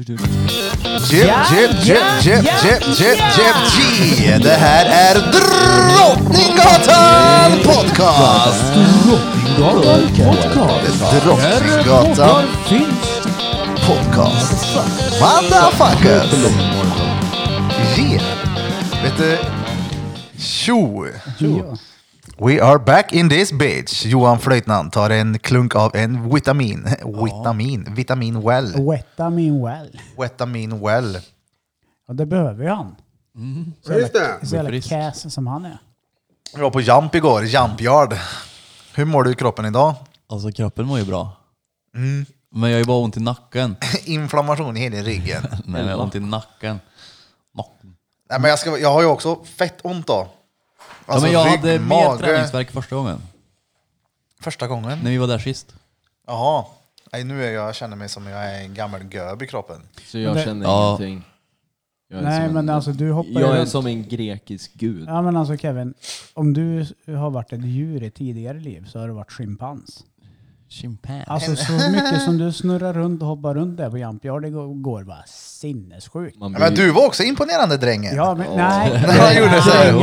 Det här är Drottninggatan Podcast. Drottninggatan Podcast. Motherfuckers. Vet du? Tjo. We are back in this bitch. Johan Flöjtnant tar en klunk av en vitamin well. Vitamin well. Och det behöver ju han. Just det. Så jävla käs som han är. Jag var på Jump igår, Jumpyard. Hur mår du i kroppen idag? Alltså kroppen mår ju bra. Men jag har ju bara ont i nacken. Inflammation i hela ryggen. Nej, jag har ont i nacken. Nej, men jag har ju också fett ont då. Alltså, ja, men jag rygg, hade mage. mer träningsvärk första gången. Första gången? När vi var där sist. Jaha. Nej, nu jag känner mig som jag är en gammal göb i kroppen. Så jag känner ingenting. Nej, men alltså du hoppar jag är runt. som en grekisk gud. Ja, men alltså Kevin, om du har varit ett djur i tidigare liv så har du varit schimpans. Chimpans. Alltså så mycket som du snurrar runt och hoppar runt där på Jumpyard går var sinnessjukt. Men du var också imponerande, drängen. Ja, men nej. Han gjorde så här.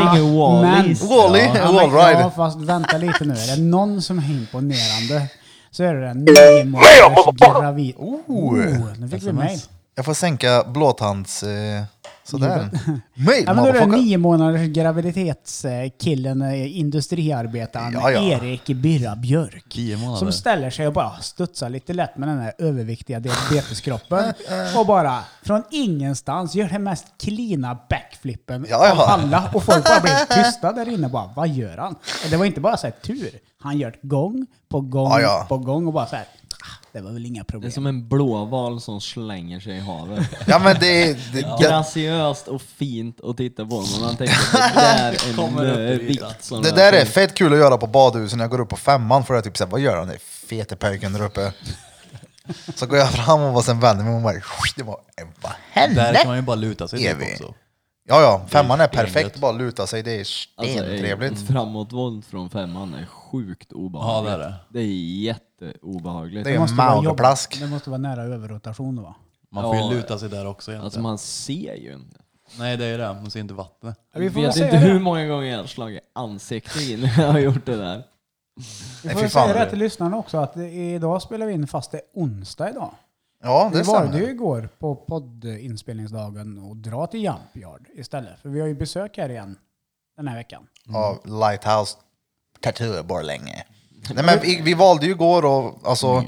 Wall-ride. Ja, fast vänta lite nu. Är det någon som är imponerande så är det den 9 månaders gravid. Nu fick vi mail. Jag får sänka blåtands... sådär. Mail, ja, men då är det 9 månaders graviditetskillen, industriarbetaren Erik Birra Björk. Som ställer sig och bara studsar lite lätt med den här överviktiga diabeteskroppen. Och bara från ingenstans gör den mest cleana backflippen av alla. Och folk bara blir tysta där inne. Bara, vad gör han? Det var inte bara så här tur. Han gör gång på gång på gång och bara så här. Det var väl inga problem. Det är som en blåval som slänger sig i havet. Ja, men det graciöst och fint att titta på. Men man tänker att det är en vikt som det där är fett kul att göra på badhusen när jag går upp på 5:an. För jag typ såhär, vad gör han? Det är fete pöjken där uppe. Så går jag fram och sen vänder mig och bara, vad hände? Där kan man ju bara luta sig typ också. Ja, 5:an är perfekt. Bara luta sig, det är stentrevligt. Alltså, framåtvolt från 5:an är sjukt obehagligt. Ja, det är det. Det är jätteobehagligt. Det är mageplask. Det måste vara nära överrotation va? Man får ju luta sig där också egentligen. Alltså man ser ju inte. Nej, det är det. Man ser inte vattnet. Jag vet inte hur många gånger jag har slagit ansiktet in när jag har gjort det där. Vi får säga det till lyssnarna också att idag spelar vi in fast det är onsdag idag. Ja, det stämmer. Vi var ju igår på poddinspelningsdagen och dra till Jumpyard istället. För vi har ju besök här igen den här veckan. Av Lighthouse Tattoo Borlänge. Nej, men vi valde ju igår och alltså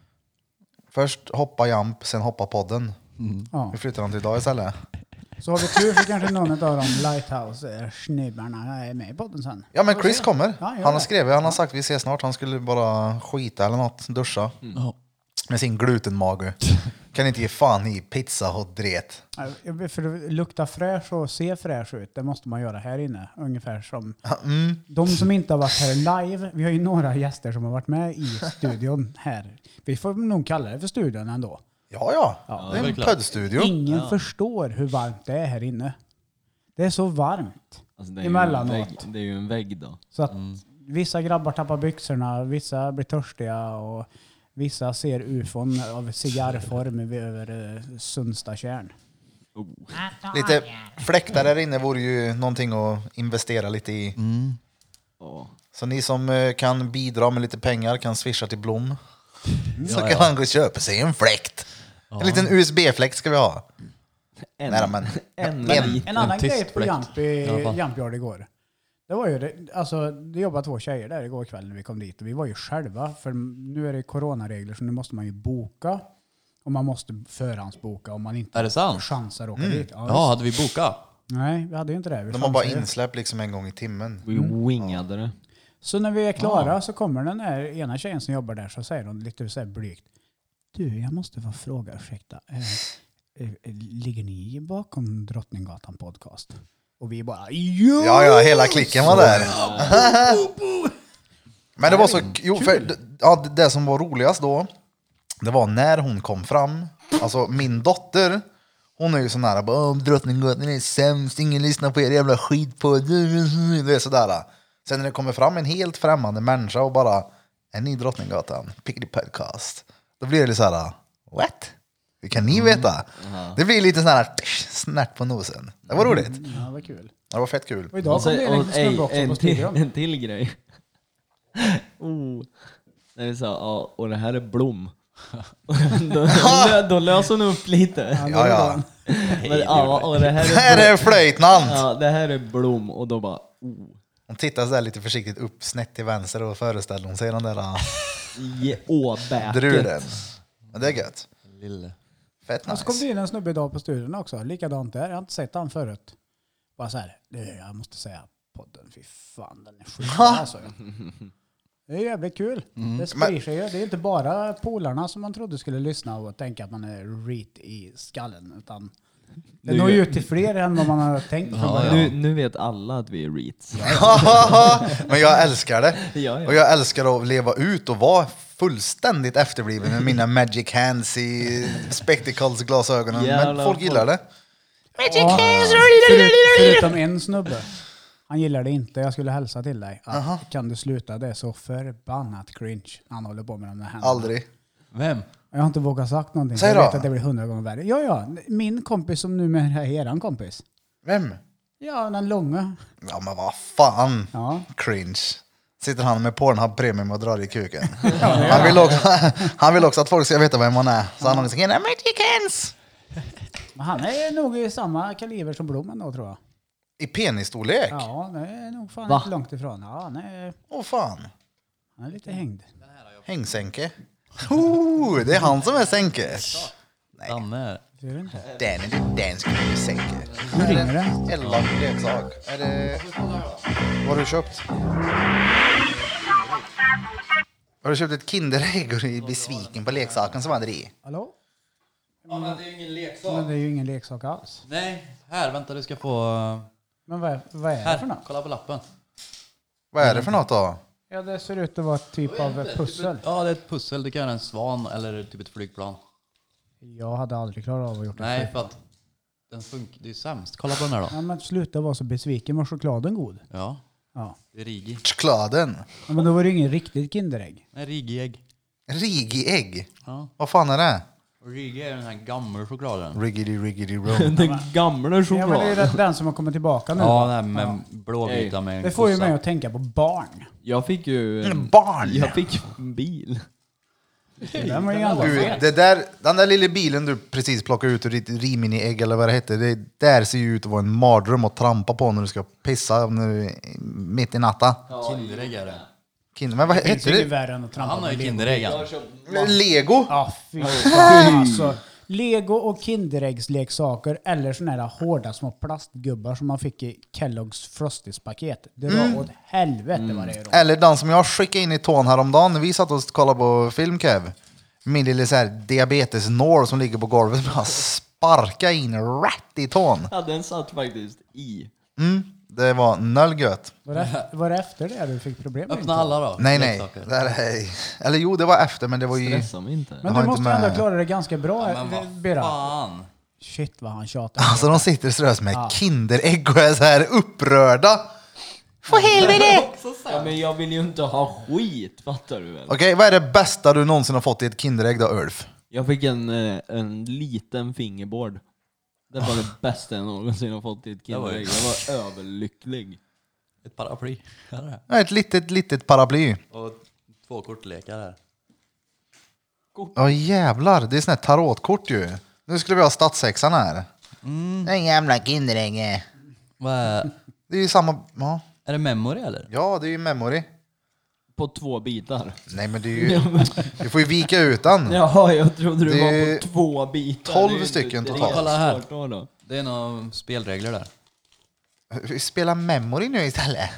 först hoppa Jump, sen hoppa podden. Ja. Vi flyttar dem till idag istället. Så har vi tur så kanske någon av de Lighthouse-snubbarna är med i podden sen. Ja, men Chris kommer. Ja, han har skrivit, han har sagt vi ses snart. Han skulle bara skita eller något, duscha. Med sin glutenmage. Kan inte ge fan i pizza och dret. För att lukta fräsch och se fräsch ut, det måste man göra här inne. Ungefär som de som inte har varit här live. Vi har ju några gäster som har varit med i studion här. Vi får nog kalla det för studion ändå. Ja. Det är en poddstudio. Ingen förstår hur varmt det är här inne. Det är så varmt. Alltså det är emellanåt. Det är ju en vägg då. Så att vissa grabbar tappar byxorna, vissa blir törstiga och vissa ser ufon av cigarrform över Sundstadtjärn. Lite fläktar där inne vore ju någonting att investera lite i. Så ni som kan bidra med lite pengar kan swisha till Blom. Så kan han gå och köpa sig en fläkt. En liten USB-fläkt ska vi ha. En annan grej på Jumpyard igår. Det var ju alltså det jobbade 2 tjejer där igår kväll när vi kom dit och vi var ju själva för nu är det coronaregler så nu måste man ju boka och man måste förhandsboka om man inte har chanser att åka dit. Ja, hade vi bokat? Nej, vi hade ju inte det. De har bara insläpp liksom en gång i timmen. Vi wingade det. Så när vi är klara så kommer den här ena tjejen som jobbar där så säger hon lite så här blygt. Du, jag måste få fråga, ursäkta. Ligger ni bakom Drottninggatan Podcast? Och vi bara, ja, hela klicken var där. Men det var så, det som var roligast då, det var när hon kom fram. Alltså min dotter, hon är ju sån här, Drottninggatan är sämst, ingen lyssnar på er jävla skit på det är sådär. Sen när det kommer fram en helt främmande människa och bara, är ni Drottninggatan? Pickety podcast. Då blir det så här, what? Det kan ni veta. Det blir lite sån här snärt på nosen. Det var roligt. Ja, det var kul. Det var fett kul. Och idag kom det en snubbe också på studion. En till grej. Det är så, ja, och det här är Blom. då löser hon upp lite. Ja. Men, ja, och det här är flöjtnant. Ja, det här är Blom. Och då bara... Hon tittar så där lite försiktigt upp snett till vänster och föreställer hon sig den där drulen. Men det är gött. Lille. Fett nice. Och så kom det in en snubbe idag på studion också. Likadant där. Jag har inte sett han förut. Bara så här. Jag måste säga podden. Fy fan, den är skit. Alltså. Det är jävligt kul. Det sprider sig ju. Det är inte bara polarna som man trodde skulle lyssna och tänka att man är reet i skallen. Utan det når ju ut till fler än vad man har tänkt. Nu vet alla att vi är reets. Men jag älskar det. Ja. Och jag älskar att leva ut och vara fullständigt efterbliven med mina magic hands i spectacles-glasögonen. Men folk gillar det. Magic hands! Förutom en snubbe. Han gillar det inte. Jag skulle hälsa till dig. Kan du sluta? Det är så förbannat cringe. Han håller på med de här händerna. Aldrig. Vem? Jag har inte vågat sagt någonting. Säg jag då. vet att det blir 100 gånger värre. Ja. Min kompis som numera är eran kompis. Vem? Ja, den långa. Ja, men vad fan. Ja. Cringe. Sitter han med Pornhub Premium och drar i kuken. Han vill också att folk ska veta vem man är. Så han har liksom magic hands. Men han är nog i samma kaliber som Blommen då, tror jag. I penisstorlek? Ja, det är nog fan Va? inte långt ifrån. Ja, Åh fan. han är lite hängd. Hängsänke. Det är han som är sänke. Danne. Ser du inte? Den skulle bli sänke. Nu ringer det. Ella leksak. Är det... Vad har du köpt? Har du köpt ett Kinderägg och du är besviken på leksaken som hade det i? Hallå? Ja, men det är ju ingen leksak. Men det är ju ingen leksak alls. Nej, här, vänta du ska få... Men vad är det Här, för något? kolla på lappen. Vad är det för något då? Ja, det ser ut att vara ett typ av pussel. Ja, det är ett pussel. Det kan vara en svan eller typ ett flygplan. Jag hade aldrig klarat av att gjort det. Nej, för att den funkar. Det är sämst. Kolla på den här då. Ja, men sluta vara så besviken. Var chokladen god? Ja, Ja. det är Rigi. Chokladen. Ja, men då var det ingen riktigt Kinderägg. Nej, Rigi-ägg. Rigi-ägg. Ja. Vad fan är det? Och Rigi är den här gamla chokladen. Riggedy roll. Den gamla Ja, chokladen. men det är den som har kommit tillbaka nu. Ja, va? den här med blåvita med en Det får ju kossa. mig att tänka på barn. Jag fick ju Barn! Jag fick en bil. Den var ju ändå Du, fet. den där lilla bilen du precis plockade ut ur ditt Rimini-ägg eller vad det hette, det där ser ju ut att vara en mardröm att trampa på när du ska pissa mitt i natta. Kinderägg är det. Men vad Det finns heter ju inget det? värre än att trampa Han har ju på Lego. Kinderägg. Lego? Ja, fy fan alltså. Lego och Kinderäggsleksaker eller såna här hårda små plastgubbar som man fick i Kellogg's Frosties-paket. Det var åt helvete vad det är då. Eller den som jag skickade in i tån häromdagen när vi satt och kollade på film, Kev. Min lilla så här diabetes-når som ligger på golvet bara sparka in rätt i tån. Ja, den satt faktiskt i. Det var noll gött. Var det efter det du fick problem med? Öppna alla då. Nej. leksaker. Eller jo, det var efter, men det var ju... Stressa mig inte. Men har du inte måste ändå med- klara det ganska bra, Men vad Bera. fan. Shit vad han tjatar. Alltså de sitter strös med Kinderägg och är så här upprörda. För helvete! Ja, men jag vill ju inte ha skit, fattar du väl? Okej, vad är det bästa du någonsin har fått i ett Kinderägg då, Ulf? Jag fick en liten fingerboard. Det var det bästa jag någonsin har fått i ett Kinderägg. Jag var överlycklig. Ett paraply. Här är det. Ja, ett litet paraply. Och 2 kortlekar här. Ja jävlar, det är sån här tarotkort ju. Nu skulle vi ha statssexan här. Den jävla Kinderägg. Vad är... Det är ju samma... Ja, Är det memory eller? ja det är ju memory. På 2 bitar. Nej men det är ju... Du får ju vika ut den. Jaha, jag trodde det Det var är på 2 bitar. 12 Det är ju stycken inte totalt. Kolla här. svårt då. Det är några spelregler där. Vi spelar memory nu istället.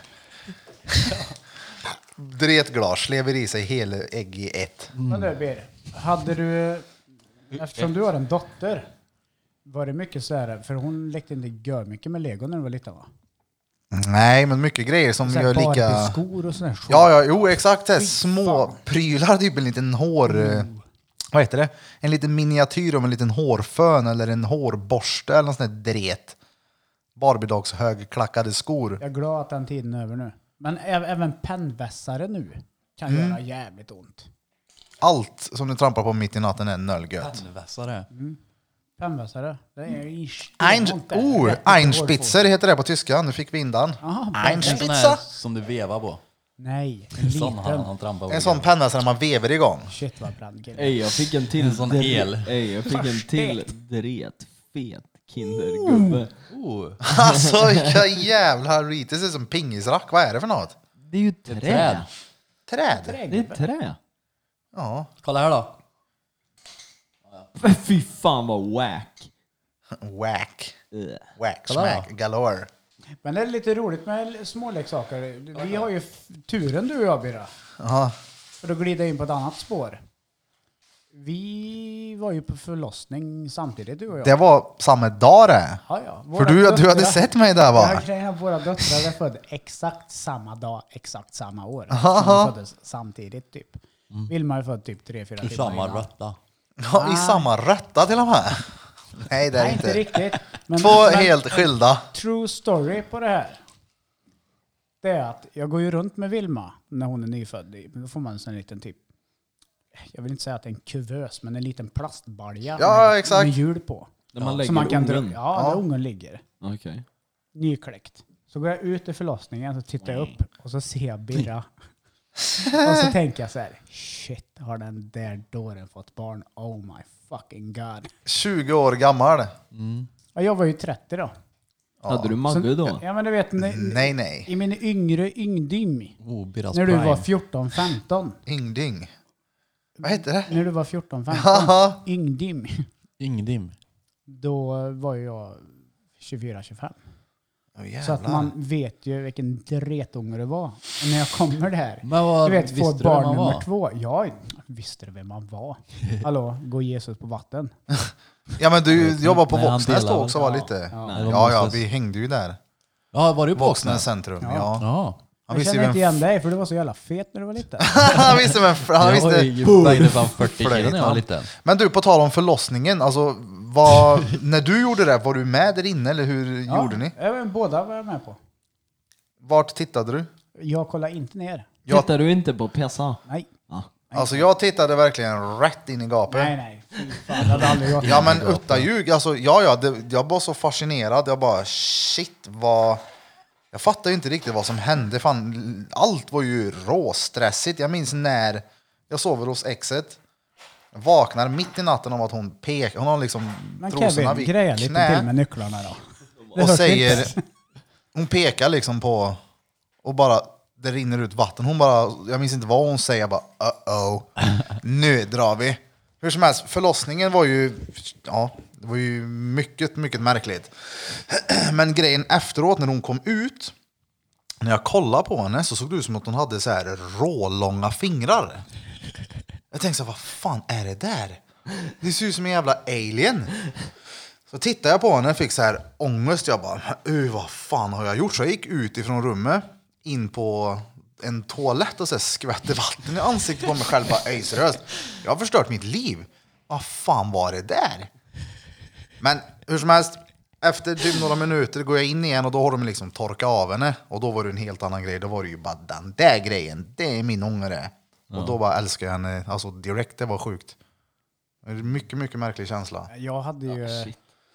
Dretglas, lever i sig hela ägg i ett. Men du Ber, hade du, eftersom du har en dotter, var det mycket så här, för hon lekte inte gör mycket med Lego när du var liten va? Nej, men mycket grejer som Så här gör lika... skor och sådär. Ja, jo exakt. Så här Fy små fan. prylar, typ en liten hår... Vad heter det? En liten miniatyr om en liten hårfön eller en hårborste eller något sånt där dret. Barbiedogs högklackade skor. Jag är glad att den tiden är över nu. Men även pennvässare nu kan göra jävligt ont. Allt som du trampar på mitt i natten är nöllgött. Pennvässare. Pennvässare. Det är Einspitzer heter det på tyska. Nu fick vi in den. En sån här som du vevar på. Nej, en sån han trampar på. En sån pennvässare man vevar igång. Shit vad brand. Jag fick en till. En sån el. Jag fick en till dretfet kindergubbe. Alltså vilka jävla det ser ut som pingisrack. Vad är det för något? Det är ju träd. Träd? Det är trä. Ja. Kolla här då. Fy fan vad whack. Whack smack galore. Men det är lite roligt med småleksaker. Vi har ju turen du och jag, Birra. Aha. För att glida in på ett annat spår. Vi var ju på förlossning samtidigt, du och jag. Det var samma dag det. Ja. För du hade sett mig där, va? Våra döttrar är födda exakt samma dag, exakt samma år. De föddes samtidigt typ. Vilma är född typ 3-4 timmar I samma innan. rötta. Ja, i samma rötta till och med. Nej, det är inte riktigt. Men, Två helt skilda. True story på det här. Det är att jag går ju runt med Vilma när hon är nyfödd. Då får man en sån liten typ, jag vill inte säga att det är en kuvös, men en liten plastbalja med hjul på. Där man lägger så man kan ungen? där ungen ligger. Okay. Nykläckt. Så går jag ut i förlossningen så tittar jag upp och så ser jag Birra. Och så tänker jag så här: shit, har den där dåren fått barn? Oh my fucking god. 20 år gammal. Ja, jag var ju 30 då. Hade du Magge då? Ja, men du vet, nej. I min yngre yngdym. När du var 14-15. Yngdyng. Vad heter det? När du var 14-15. Yngdym. Då var jag 24-25. Så att man vet ju vilken dretunge det var. Och när jag kommer där, du vet, får barn nummer 2. Ja, visste du vem man var? Hallå, går Jesus på vatten? Ja, men du jobbar på Våxnäs då också, var lite. Ja, vi hängde ju där. Ja, var du på Våxnäs centrum? Ja. Jag känner inte igen dig, för du var så jävla fet när du var liten. Han visste vem... Jag vägde fan 40 kilo när jag var liten. Men du, på tal om förlossningen, alltså, när du gjorde det, var du med där inne, eller hur gjorde ni? Båda var jag med på. Vart tittade du? Jag kollade inte ner. Tittar du inte på PSA? Nej. Alltså jag tittade verkligen rätt in i gapet. Nej. Fy fan, jag hade aldrig gjort. Ja, men utta ljug. Alltså, jag var så fascinerad. Jag bara, shit, vad... Jag fattar ju inte riktigt vad som hände. Fan, allt var ju råstressigt. Jag minns när jag sover hos exet. Jag vaknar mitt i natten om att hon pekar. Hon har liksom trosorna vid knä. Lite till med nycklarna då. Och säger... Hon pekar liksom på... Och bara... Det rinner ut vatten. Hon bara... Jag minns inte vad hon säger. Jag bara... Nu drar vi. Hur som helst, förlossningen var ju... Ja, det var ju mycket, mycket märkligt. Men grejen efteråt när hon kom ut... När jag kollade på henne så såg det ut som att hon hade så här rålånga fingrar. Jag tänkte så här, vad fan är det där? Det ser ut som en jävla alien. Så tittade jag på henne och fick så här ångest. Jag bara, vad fan har jag gjort? Så jag gick ut ifrån rummet in på en toalett och så skvätte vatten i ansiktet på mig själv. Bara, seriöst, jag har förstört mitt liv. Vad fan var det där? Men hur som helst, efter typ några minuter går jag in igen och då har de liksom torkat av henne. Och då var det en helt annan grej. Då var det ju bara den där grejen, det är min ångare. Och då bara älskar jag henne, alltså direkt, det var sjukt. Det är en mycket, mycket märklig känsla. Jag hade ju...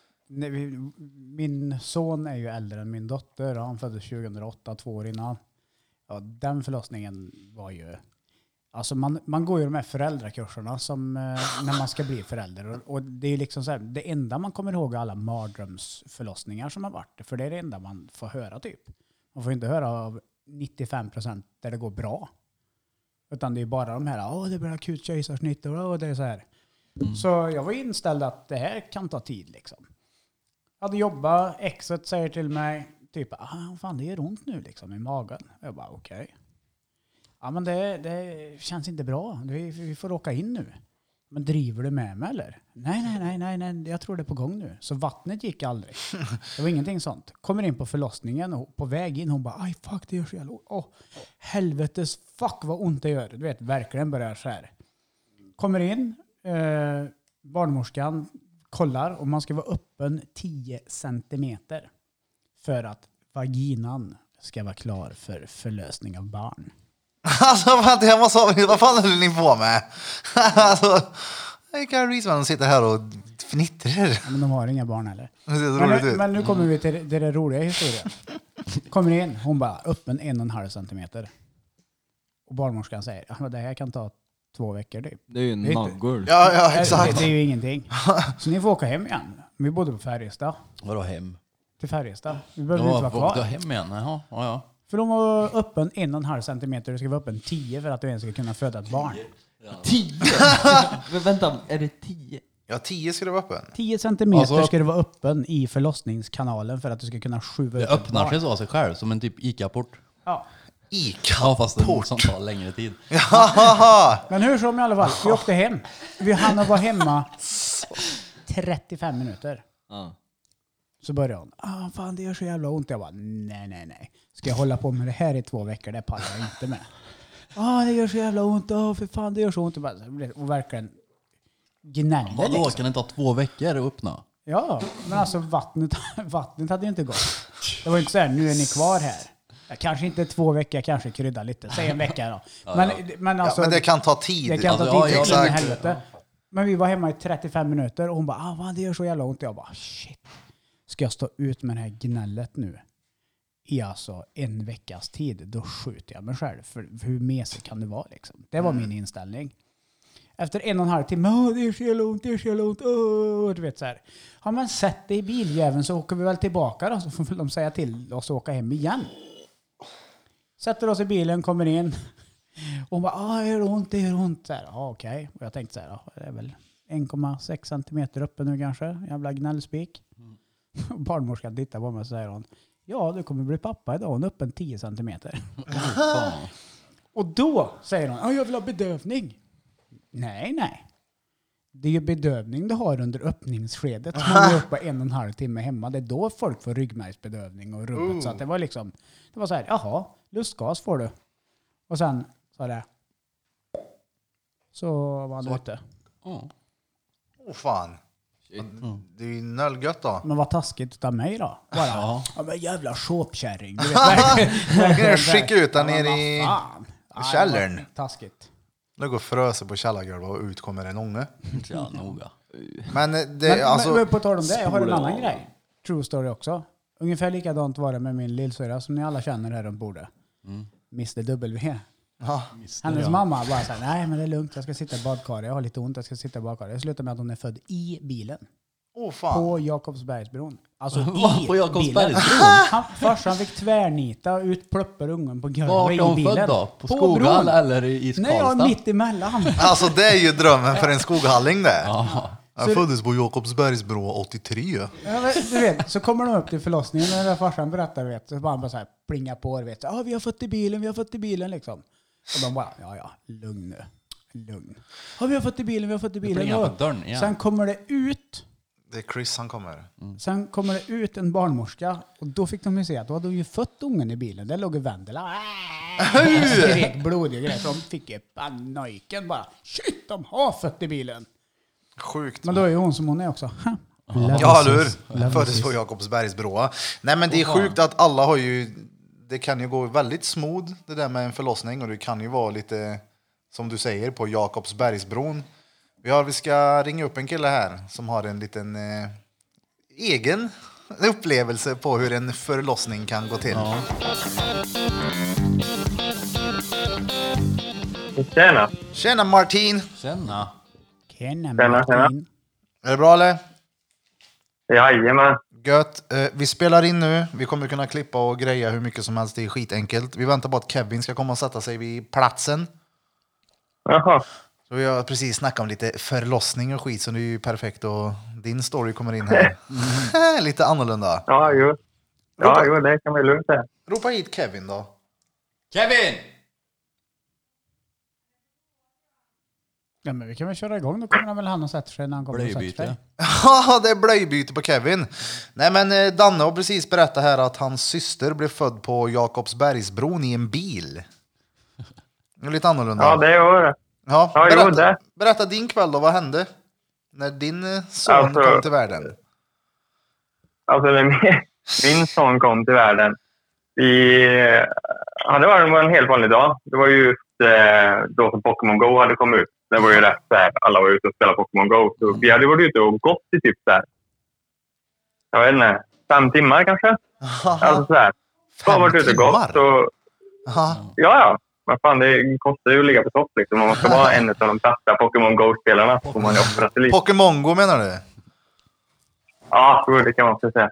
Min son är ju äldre än min dotter. Han föddes 2008, 2 år innan. Ja, den förlossningen var ju... Alltså man går ju de här föräldrakurserna som när man ska bli förälder. Och det är liksom så här, det enda man kommer ihåg är alla mardrömsförlossningar som har varit. För det är det enda man får höra typ. Man får inte höra av 95% där det går bra. Utan det är bara de här, det blir akut kejsarsnitt och det är så här. Så jag var inställd att det här kan ta tid liksom. Jag hade jobbat, exet säger till mig typ, fan det gör ont nu liksom i magen. Jag bara okej. Ja, men det känns inte bra. Vi får åka in nu. Men driver du med mig eller? Nej, jag tror det är på gång nu. Så vattnet gick aldrig. Det var ingenting sånt. Kommer in på förlossningen och på väg in hon bara, aj fuck det gör så jävla helvetes fuck vad ont det gör. Du vet, verkligen börjar så här. Kommer in, barnmorskan kollar och man ska vara öppen 10 centimeter för att vaginan ska vara klar för förlösning av barn. Alltså vad fan håller ni på med? Alltså, Carl Risman sitter här och fnittrar. Ja, men de har inga barn heller. Men nu kommer vi till det roliga historien. Kommer in, hon bara öppen 1,5 centimeter. Och barnmorskan säger, ja, det här kan ta 2 veckor typ. Det är ju en naggul. Ja, exakt. Det är ju ingenting. Så ni får åka hem igen. Vi bodde på Färjestad. Vadå hem? Till Färjestad. Vi behöver inte vara kvar. Åkte hem igen? Jaha, ja. För de var öppen 1,5 centimeter. Det ska vara öppen 10 för att du ens ska kunna föda ett barn. 10? Men vänta, är det 10? Ja, 10 ska det vara öppen. 10 centimeter Alltså, ska det vara öppen i förlossningskanalen för att du ska kunna skjuva ut Det öppnar sig så av sig själv, som en typ ICA-port. Ja. Ja, fast det tar längre tid. Men hur som i alla fall, vi åkte hem. Vi hann vara hemma 35 minuter. Så började hon, fan det gör så jävla ont. Jag bara, nej. Ska jag hålla på med det här i 2 veckor? Det pallar jag inte med. Det gör så jävla ont. För fan det gör så ont. Och verkligen gnäller Vadå, liksom. kan det ta 2 veckor att öppna? Ja, men alltså vattnet hade ju inte gått. Det var inte så här, nu är ni kvar här. Kanske inte 2 veckor, kanske krydda lite. Säg en vecka då. Men, alltså, men det kan ta tid. Det kan ta tid, exakt. helvete. Men vi var hemma i 35 minuter och hon bara, det gör så jävla ont. Jag bara, shit. Ska jag stå ut med det här gnället nu i alltså 1 veckas tid? Då skjuter jag mig själv. För hur mesigt kan det vara liksom? Det var min inställning. Efter 1,5 timme, det är så jävla ont. Du vet så här. Har man sett det i biljäveln så åker vi väl tillbaka då. Så får de säga till oss att åka hem igen. Sätter oss i bilen, kommer in. Och hon bara, det gör ont. Okej. Och jag tänkte så här, det är väl 1,6 centimeter uppe nu kanske. Jävla gnällspik. Barnmorskan tittar på mig och säger hon, ja du kommer bli pappa idag. Hon är öppen 10 centimeter. Och då säger hon, jag vill ha bedövning. Nej. Det är ju bedövning du har under öppningsskedet. Som man är uppe 1,5 timme hemma. Det är då folk får ryggmärgsbedövning och rubbet. Så att det var liksom, det var så här, jaha, lustgas får du. Och sen sa det. Så var han ute. Fan. Det är ju nöllgött då. Men vad taskigt utav mig då. Bara, ja men jävla shopkärring. Du vet, skicka ut den ner i källaren. Taskigt. Nu går fröser på källargolvet och ut kommer en unge. Ja, noga. Men på tal om det, jag har en annan grej. True story också. Ungefär likadant var det med min lillsyrra som ni alla känner här runt bordet. Mr. W. Hennes mamma bara såhär, nej men det är lugnt, jag ska sitta i badkaret, jag har lite ont, jag ska sitta i badkaret. Jag slutar med att hon är född i bilen. Fan. På Jakobsbergsbron. Alltså på Jakobsbergsbron? Farsan fick tvärnita ut plöpper ungen på golvet i bilen. Var hon född då? På Skoghall eller i Karlstad? Nej, jag är mitt emellan. Alltså det är ju drömmen för en skoghalling det. Ja. Jag föddes på Jakobsbergsbro 83. Ja, du vet, så kommer de upp till förlossningen när den farsan berättar, vet, så bara så här plinga på, vet, vi har fått i bilen liksom. Och de bara, ja, lugn nu. Lugn. Vi har fått i bilen. Sen kommer det ut. Det är Chris han kommer. Sen kommer det ut en barnmorska. Och då fick de ju se att då hade de ju fött ungen i bilen. Där låg Vendela. Skrek blodig grej. Så de fick ju pannojken bara. Shit, de har fött i bilen. Sjukt. Men då är ju hon som hon är också. Ja, eller föddes på Jakobsbergsbro. Nej, men det är sjukt att alla har ju... Det kan ju gå väldigt smooth det där med en förlossning. Och det kan ju vara lite, som du säger, på Jakobsbergsbron. Vi ska ringa upp en kille här som har en liten egen upplevelse på hur en förlossning kan gå till. Ja. Tjena Martin. Tjena Martin. Är det bra eller? Jajamän. Gött. Vi spelar in nu. Vi kommer kunna klippa och greja hur mycket som helst. Det är skitenkelt. Vi väntar på att Kevin ska komma och sätta sig vid platsen. Jaha. Så vi har precis snackat om lite förlossning och skit, så det är ju perfekt. Och din story kommer in här. Lite annorlunda. Ja, jo, det kan vi lugnt säga. Ropa hit Kevin då. Kevin! Ja, men vi kan väl köra igång. Då kommer han väl och sätter sig när han kommer och sätter sig. Ja, det är blöjbyte på Kevin. Nej, men Danne har precis berättat här att hans syster blev född på Jakobsbergsbron i en bil. Det är lite annorlunda. Ja, det gör det. Ja, berätta din kväll då, vad hände när din son kom till världen? Alltså, min son kom till världen. Det var en helt vanlig dag. Det var ju just då som Pokémon Go hade kommit ut. Det var ju rätt så här, alla var ute och spelade Pokémon Go. Så vi hade varit ute och gått i typ så här, jag vet inte, 5 timmar kanske. Alltså så här. 5 varit ute och gått. timmar? Så, ja. Men fan, det kostar ju att ligga på topp liksom. Om man ska vara en av de bästa Pokémon Go-spelarna får man ju offra sig lite. Pokémon Go menar du? Ja, det kan man också säga.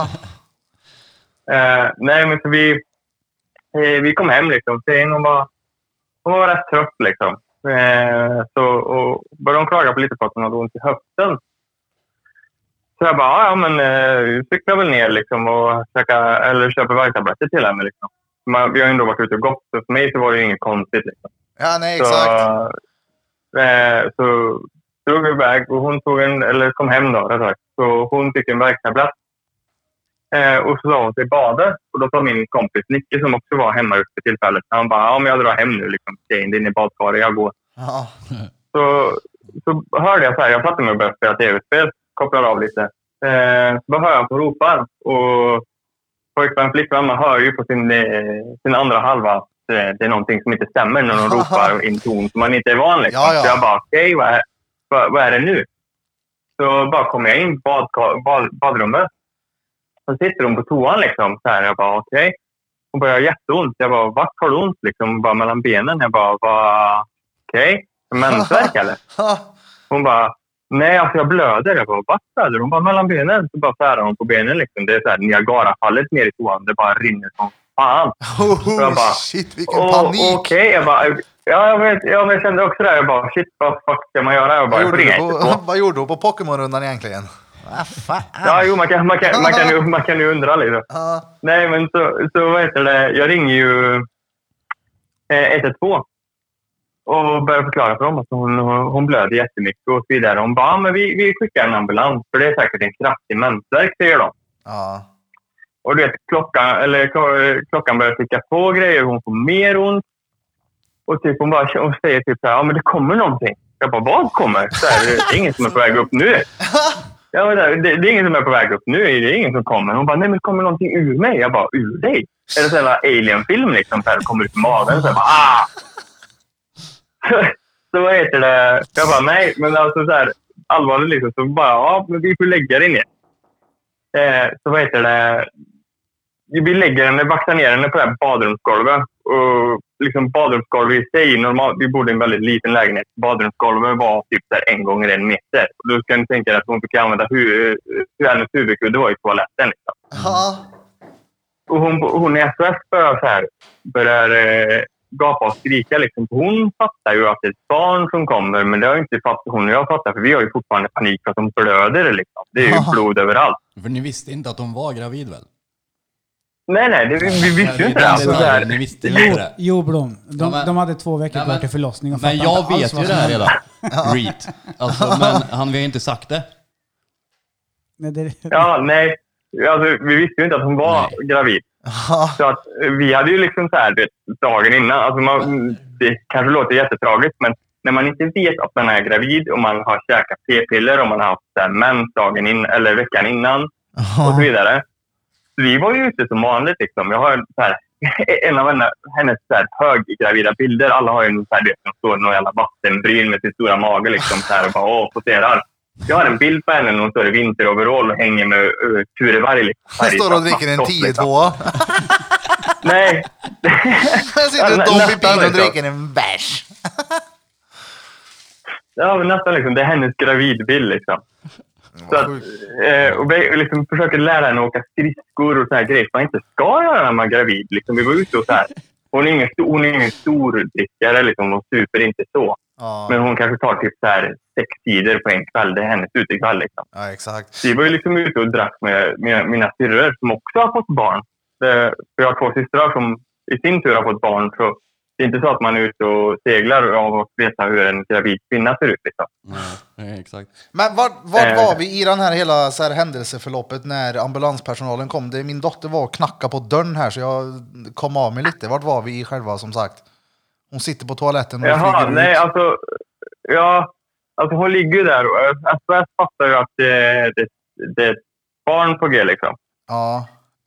Nej, men så vi kom hem liksom. Hon var rätt trött liksom. Så och började hon klaga på lite på att hon hade ont i höften. Så jag bara, cyklar väl ner liksom och köper värktabletter till henne liksom. Vi har ju ändå varit ute och gått, så för mig så var det ju inget konstigt liksom. Ja, nej, exakt. Så drog vi iväg och hon kom hem då, rätt sagt. Så hon fick en värktablett. Och så sa hon sig bada. Och då sa min kompis Nicke, som också var hemma ute för tillfället. Han bara, men jag drar hem nu liksom. Tjejen, det är inne i badkaret, jag går. Så hörde jag så här, jag satte mig och började spela tv-spel. Kopplade av lite. Så hör jag på ropar. Och pojkvän, flickvän, man hör ju på sin andra halva att det är någonting som inte stämmer när de ropar i en ton som man inte är van liksom. Ja. Så jag bara, okej, vad är det nu? Så bara kommer jag in i badrummet. Så sitter hon på toan liksom. Så här, jag bara, okej. Hon bara, jag har jätteont. Jag bara, vart har du ont liksom? Bara mellan benen. Jag bara, okej. Mensvärk eller? Hon bara, nej, alltså jag blöder. Jag bara, vart blöder? Hon bara, mellan benen. Så bara färdar hon på benen liksom. Det är så här Niagarafallet ner i toan. Det bara rinner som fan. Så jag bara, shit, vilken panik. Okej, jag bara, jag kände också det. Jag bara, shit, vad fuck ska man göra? Jag bara, vad gjorde du på Pokémon-rundan egentligen? Ja, jo, man kan ju undra liksom. Nej, men så vad heter det? Jag ringer ju 112 och börjar förklara för dem att hon blöder jättemycket och så vidare. Hon bara, men vi skickar en ambulans för det är säkert en kraftig mensvärk, säger de. Ja. Och du vet, klockan börjar ticka på grejer, hon får mer ont. Och typ hon säger typ så här, ja men det kommer någonting. Jag bara, vad kommer? Så här, det är ingen som är på väg upp nu. Ja, men det är ingen som är på väg upp nu. Det är ingen som kommer. Hon bara, nej men det kommer någonting ur mig. Jag bara, ur dig? Är det sån här alien-film liksom? Så här, kommer ut i magen. Så jag bara, Så vad heter det? Jag bara, nej. Men alltså så här, allvarligt liksom. Så bara, ja men vi får lägga det ner. Så vad heter det? Vi lägger henne, vaxar ner henne på det här badrumsgolvet. Och liksom badrumsgolvet i sig, normalt, vi bodde i en väldigt liten lägenhet. Badrumsgolvet var typ där 1 gånger 1 meter. Och då ska ni tänka att hon fick använda hur hennes huvudkudde var i toaletten. Liksom. Och hon i SOS börjar gapa och skrika. Liksom. Hon fattar ju att det är ett barn som kommer, men det har inte hon och jag fattat, för vi har ju fortfarande panik för att de blöder. Liksom. Det är ju blod överallt. För ni visste inte att hon var gravid väl? Nej, vi visste ju inte det. Alltså, ni visste inte det. Jo, Blom. De hade 2 veckor kvar till förlossning. Och men jag vet ju det här redan. Reet. Alltså, men vi har inte sagt det. Ja, nej. Alltså, vi visste ju inte att hon var gravid. Så att vi hade ju liksom så här dagen innan. Alltså det kanske låter jättetragiskt, men när man inte vet att man är gravid och man har käkat p-piller och man har haft mens dagen eller veckan innan och så vidare. Vi var ju ute som vanligt liksom. Jag har så här, en av hennes så här höggravida bilder. Alla har ju en så här, som står någon jävla vattenbryn med sin stora mage liksom så här och bara poserar. Jag har en bild på henne när hon står i vinteroverall och hänger med Turevarg liksom. Han står och dricker en 10-2. Nej. Han sitter Dom Pipin och dricker en bärs. Ja, men nästan liksom. Det är hennes gravidbild liksom. Så att, och vi liksom försöker lära henne att åka skridskor och så här grejer man inte ska göra när man är gravid. Liksom, vi var ute och så här. Hon är ingen stor drickare, liksom, hon super inte så. Men hon kanske tar typ så här 6 tider på en kväll. Det är hennes utekväll liksom. Ja, exakt. Vi var ju liksom ute och drack med mina syrror som också har fått barn. För jag har 2 systrar som i sin tur har fått barn. Så det är inte så att man är ute och seglar av att veta hur en gravid kvinna ser ut liksom. Nej, exakt. Men vart var vi i den här hela så här händelseförloppet när ambulanspersonalen kom? Min dotter var och knackade på dörren här så jag kom av mig lite. Vart var vi i själva som sagt? Hon sitter på toaletten och flyger nej, ut. Alltså hon ligger där och SOS fattar ju att det är ett barn på G liksom. Ja.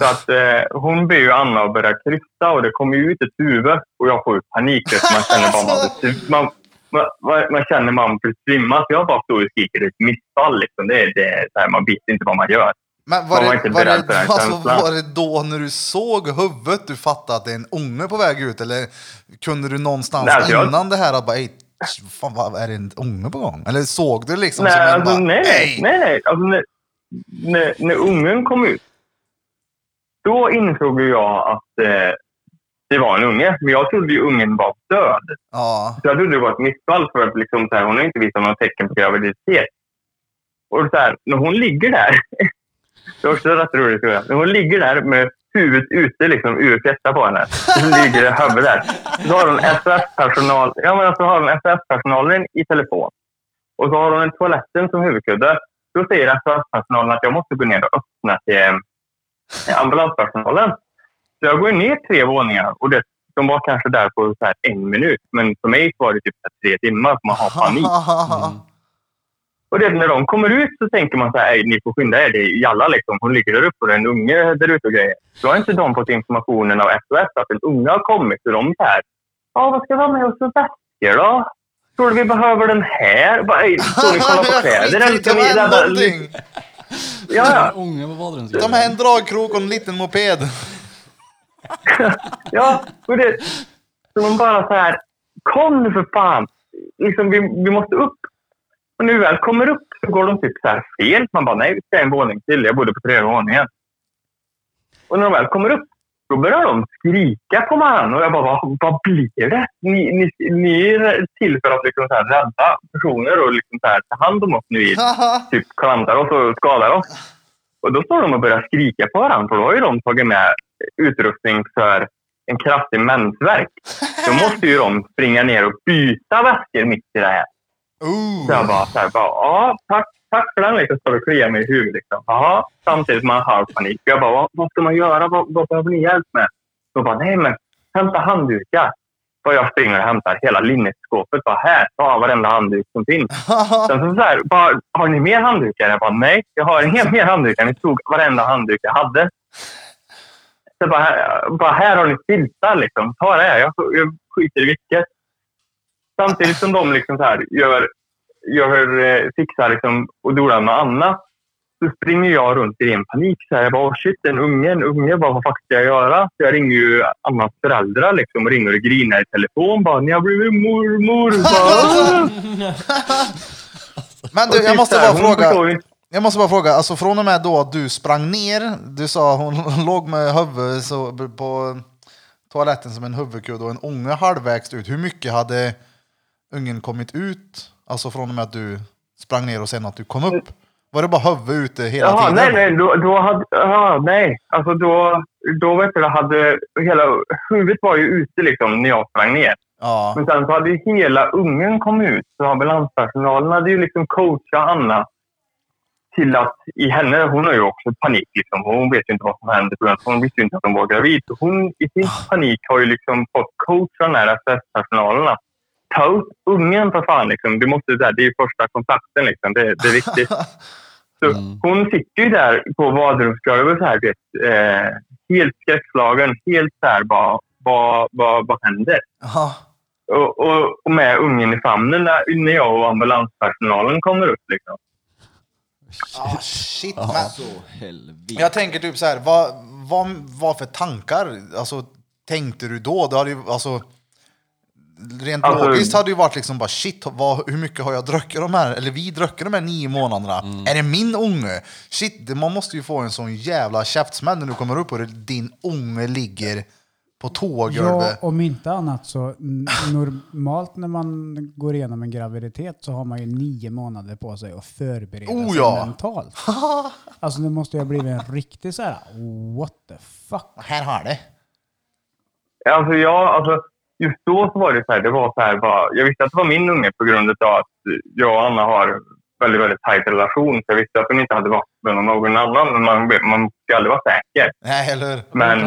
Så att hon ber ju Anna att börja kryssa och det kommer ju ut ett huvud och jag får ju panik. Man känner bara man känner man blir svimma. Så jag bara står och skriker, det är ett missfall liksom. Det är så här, man vet inte vad man gör. Men var det då när du såg huvudet du fattade att det är en unge på väg ut? Eller kunde du någonstans innan det här att bara, fan, vad är det en unge på gång? Eller såg du liksom nej, som en alltså, bara, nej. Alltså, när ungen kom ut, då insåg jag att det var en unge. Men jag trodde ju ungen var död. Ja. Så jag trodde det var ett missfall för att liksom, så här, hon har inte visat några tecken på graviditet. Och så här, när hon ligger där, det är också rätt roligt. När hon ligger där med huvudet ute liksom, ur fjätta på henne. Så ligger det huvudet där. Så har hon SOS-personal. Ja, men alltså har hon SOS-personalen i telefon. Och så har hon en toaletten som huvudkudde. Då säger SOS-personalen att jag måste gå ner och öppna till ambulanspersonalen. Så jag går ner 3 våningar. Och de var kanske där på så här 1 minut. Men för mig var det typ 3 timmar. Man har panik. Och det, när de kommer ut så tänker man så här, ni får skynda er, det är jalla liksom. Hon ligger där uppe och det är en unge där ute och grejer. Då har inte de fått informationen av SOS att en unge har kommit. Så de så här, vad ska vi ha med oss för väskor då? Tror du vi behöver den här? Står ni kolla på kläder? Ja. De här en dragkrok och en liten moped. Ja, och det, så man bara så här, kom nu för fan. Liksom, vi måste upp. Och nu väl kommer upp så går de typ så här fel. Man bara, nej, vi ska en våning till. Jag bodde på 3:e våningen. Och när de väl kommer upp, då börjar de skrika på varandra. Och jag bara, vad blir det? Ni är till för att liksom så här rädda personer och liksom så här ta hand om oss nu i typ klantar oss och skadar oss. Och då står de och börjar skrika på varandra. För då har ju de tagit med utrustning för en kraftig mensvärk. Då måste ju de springa ner och byta väskor mitt i det här. Så jag bara, ja, tack för den. Liksom, så det kliar mig i huvudet. Liksom. Aha, samtidigt man har panik. Jag bara, vad ska man göra? Vad behöver ni hjälp med? Så bara, nej men, hämta handdukar. Så jag springer och hämtar hela linneskåpet. Bara, här, ta varenda handduk som finns. Sen så här, bara, har ni mer handdukar? Jag bara, nej, jag har inga mer handdukar. Ni tog varenda handduk jag hade. Så bara här har ni filtar liksom. Ta det här, jag skiter i vilket. Samtidigt som de liksom så här fixar liksom och dolar med Anna, så springer jag runt i en panik. Så här, jag bara, shit, en unge, vad fan ska jag göra? Så jag ringer ju Annas föräldrar liksom, och ringer och grinar i telefon. Bara, ni har blivit mormor. Men du, jag måste bara fråga, alltså från och med då att du sprang ner, du sa hon låg med huvudet så på toaletten som en huvudkudde och en unge halvvägs ut. Hur mycket hade ungen kommit ut? Alltså från och med att du sprang ner och sen att du kom upp. Var det bara huvudet ute hela tiden? Nej. Nej. Alltså då vet du, hade hela huvudet var ju ute liksom när jag sprang ner. Ja. Men sen så hade ju hela ungen kommit ut. Så ambulanspersonalen hade ju liksom coachat Anna till att i henne, hon har ju också panik liksom. Hon vet ju inte vad som hände. Hon visste ju inte att hon var gravid. Så hon i sin panik har ju liksom fått coacha den här SS-personalen att ta upp ungen för fan liksom. Det är ju första kontakten liksom. Det är viktigt. Så hon sitter ju där på badrumsgolvet så här, helt skräckslagen, helt så här bara, vad händer? Och med ungen i famnen när jag och ambulanspersonalen kommer upp liksom. Shit, men jag tänker typ så här, vad för tankar alltså tänkte du då? Det hade ju alltså rent logiskt hade ju varit liksom bara shit, hur mycket har jag druckit de här, eller vi druckit de här 9 månaderna. Är det min unge? Shit, man måste ju få en sån jävla käftsmäll när du kommer upp och din unge ligger på tåggolvet. Ja, om inte annat så normalt när man går igenom en graviditet så har man ju 9 månader på sig att förbereda sig mentalt. Alltså det måste ju ha blivit en riktig så här, what the fuck. Här har det. Alltså just då så var det så här, jag visste att det var min unge på grund av att jag och Anna har väldigt, väldigt tajt relation. Så jag visste att hon inte hade varit med någon annan, men man ska aldrig vara säker. Nej, eller? Men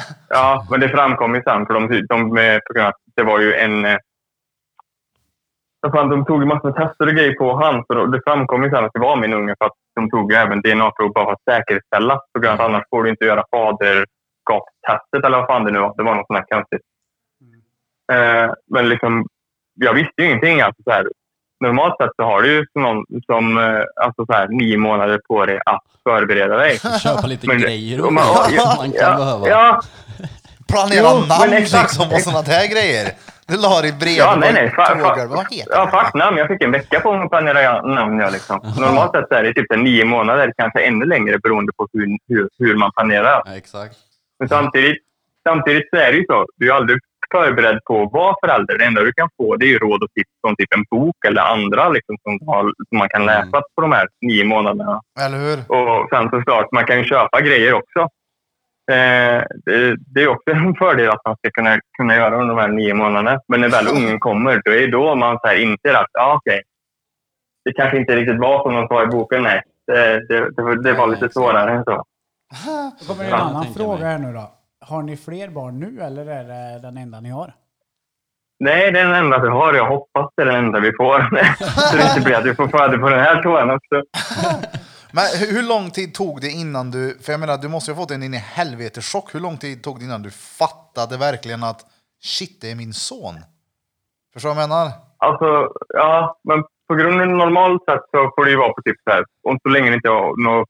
men det framkom ju sen, för de på grund av att det var ju De tog ju massor med tester och grejer på han. Så det framkom ju sen att det var min unge för att de tog även DNA-prov bara för att säkerställa. Så att annars får du inte göra faderskapstestet eller vad fan det nu var. Det var något sånt här konstigt. Men liksom, jag visste ju ingenting. Alltså, så här, normalt sett så har du ju någon som alltså, så här, 9 månader på dig att förbereda dig. Köpa lite grejer och man kan behöva. Ja. Planera namn liksom och sådana här grejer. Du la i brev. Ja, nej. Vad heter det? Facknamn. Jag fick en vecka på att planera namn. Jag, liksom. Normalt sett så är det typ 9 månader, kanske ännu längre beroende på hur man planerar. Ja, exakt. Men samtidigt så är det ju så. Du är aldrig förberedd på att vara förälder. Det enda du kan få det är ju råd och tips från typ en bok eller andra liksom, som man kan läsa på de här 9 månaderna. Eller hur? Och sen så klart, man kan ju köpa grejer också. Det är också en fördel att man ska kunna göra under de här 9 månaderna. Men när väl ungen kommer, då är det då man så här inser att okej. Det kanske inte riktigt var som de sa i boken. Nej, det var lite svårare än så. Då kommer en annan fråga här nu då. Har ni fler barn nu eller är det den enda ni har? Nej, det är den enda vi har. Jag hoppas det är den enda vi får. Så det inte blir att vi får föda på den här tåren också. Men hur lång tid tog det innan du... För jag menar, du måste ju ha fått en in i helvete chock. Hur lång tid tog det innan du fattade verkligen att shit, det är min son? Förstår du vad jag menar? Alltså, ja. Men på grund av normalt sätt så får det ju vara på typ så här. Och så länge det inte har något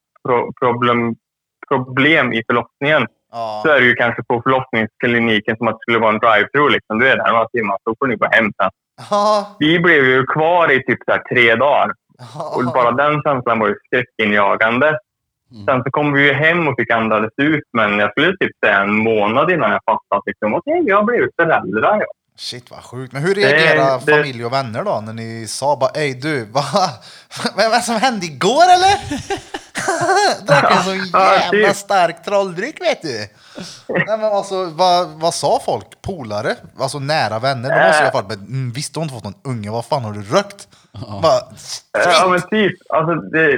problem i förlossningen. Så är det ju kanske på förlossningskliniken som att det skulle vara en drive-thru. Liksom. Du är där några timmar så får ni gå hem sen. Vi blev ju kvar i typ så här 3 dagar. Och bara den känslan var ju skräckinjagande. Sen så kom vi ju hem och fick andades ut. Men jag skulle typ säga en månad innan jag fattade liksom, att jag har blivit föräldrar. Ja. Shit, vad sjukt. Men hur reagerade familj och vänner då när ni sa bara, ej du, vad som hände igår eller? Drack en så jävla stark trolldryck, vet du. Nej, men alltså, vad sa folk? Polare? Alltså nära vänner? Då måste jag fatta, visst du har inte fått någon unge, vad fan har du rökt? Ja men typ, alltså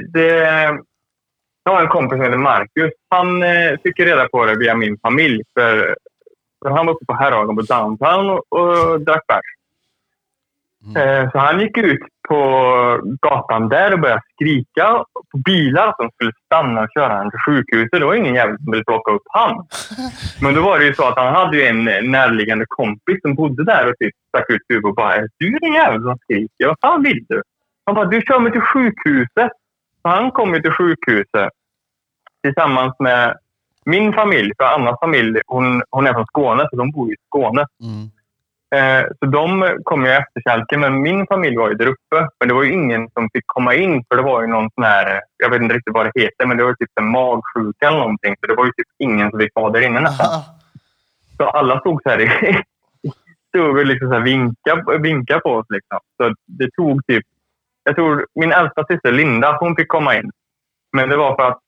jag har en kompis som heter Marcus. Han fick reda på det via min familj. För han var uppe på Herrhagen på downtown och drack bärs. Så han gick ut på gatan där och började skrika på bilar att de skulle stanna och köra han till sjukhuset. Det var ingen jävel som ville plocka upp han. Men då var det ju så att han hade ju en närliggande kompis som bodde där och typ stack ut huvudet och bara, du är en jävel som skriker, vad fan vill du? Han bara, du kör mig till sjukhuset. Så han kom ju till sjukhuset tillsammans med min familj, för Annas familj, hon är från Skåne, så de bor i Skåne. Så de kom ju efter kälken, men min familj var ju där uppe. Men det var ju ingen som fick komma in, för det var ju någon sån här, jag vet inte riktigt vad det heter, men det var typ en magsjuka eller någonting. Så det var ju typ ingen som fick vara där inne nästan. Så alla stod så här stod och liksom så här vinka på oss liksom. Så det tog typ, jag tror min äldsta syster Linda, hon fick komma in. Men det var för att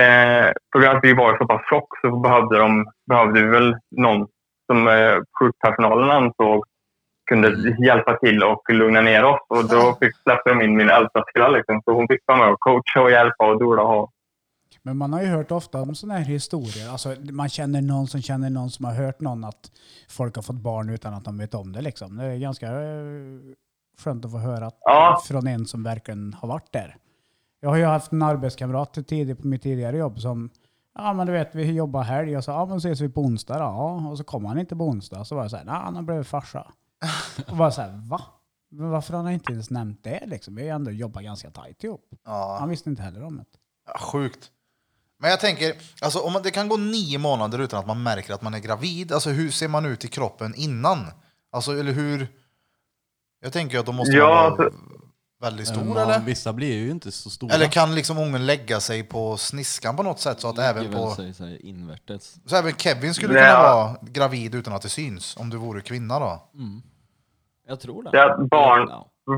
på grund av att vi var så pass chock så behövde vi väl någon som sjukpersonalen ansåg kunde hjälpa till och lugna ner oss. Och då släppte de in min äldsta skilla liksom. Så hon fick vara med och coacha och hjälpa och dola. Men man har ju hört ofta om såna här historier. Alltså man känner någon som har hört någon att folk har fått barn utan att de vet om det liksom. Det är ganska skönt att få höra från en som verkligen har varit där. Jag har ju haft en arbetskamrat på mitt tidigare jobb som, ja men du vet, vi jobbar helg och så, ja men ses vi på onsdag då. Ja. Och så kom han inte på onsdag. Så var jag så här, nej han har blivit farsa. Och bara så här, va? Men varför har han inte ens nämnt det liksom? Vi har ändå jobbat ganska tajt ihop. Han visste inte heller om det. Ja, sjukt. Men jag tänker, alltså om det kan gå 9 månader utan att man märker att man är gravid, alltså hur ser man ut i kroppen innan? Alltså eller hur? Jag tänker att de måste vara väldigt stor eller? Vissa blir ju inte så stora. Eller kan liksom ungen lägga sig på sniskan på något sätt så att även på så även Kevin skulle kunna vara gravid utan att det syns om du vore kvinna då. Jag tror det. Ja, barn.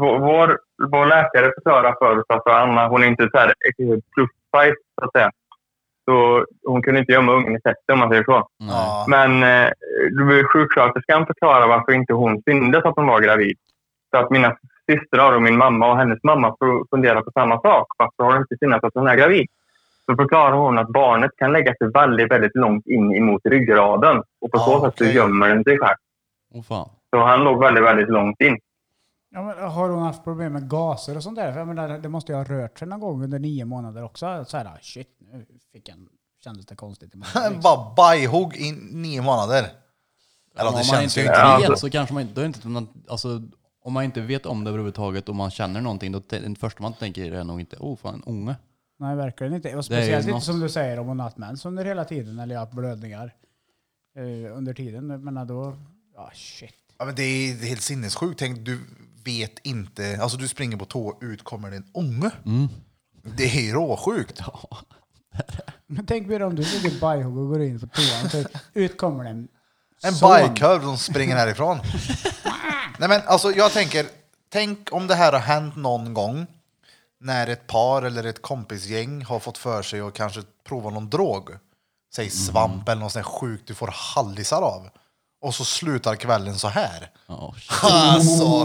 Vår läkare förklarar för oss att Anna, hon är inte så här plus size så att säga. Så hon kunde inte gömma ungen i sättet om man säger så. Men sjuksköterskan förklarar varför inte hon syndes att hon var gravid. Så att mina systrar och min mamma och hennes mamma funderar på samma sak. Varför har hon inte synats att hon är gravid? Så förklarar hon att barnet kan lägga sig väldigt, väldigt långt in emot ryggraden. Och på så sätt så gömmer den sig själv. Fan. Så han låg väldigt, väldigt långt in. Ja, men har hon haft problem med gaser och sånt där? För jag menar, det måste ju ha rört sig någon gång under 9 månader också. Så här, shit, nu kändes det konstigt. Bara bajhugg i 9 månader. Eller Om man inte vet så kanske man inte... Alltså, om man inte vet om det överhuvudtaget och man känner någonting, då det första man tänker är nog inte, fan, en unge. Nej, verkligen inte. Och speciellt inte som du säger om hon har haft mens under hela tiden eller haft blödningar under tiden. Men då, shit. Ja, men det är helt sinnessjukt. Tänk, du vet inte, alltså du springer på tå, ut kommer en unge. Det är råsjukt. Ja. Men tänk mer om du ligger bajhugg och går in på toan så ut kommer en bajkorv som springer härifrån. Nej, men alltså jag tänker, tänk om det här har hänt någon gång när ett par eller ett kompisgäng har fått för sig att kanske prova någon drog. Säg svamp eller något sånt sjukt du får hallisar av. Och så slutar kvällen så här. Alltså.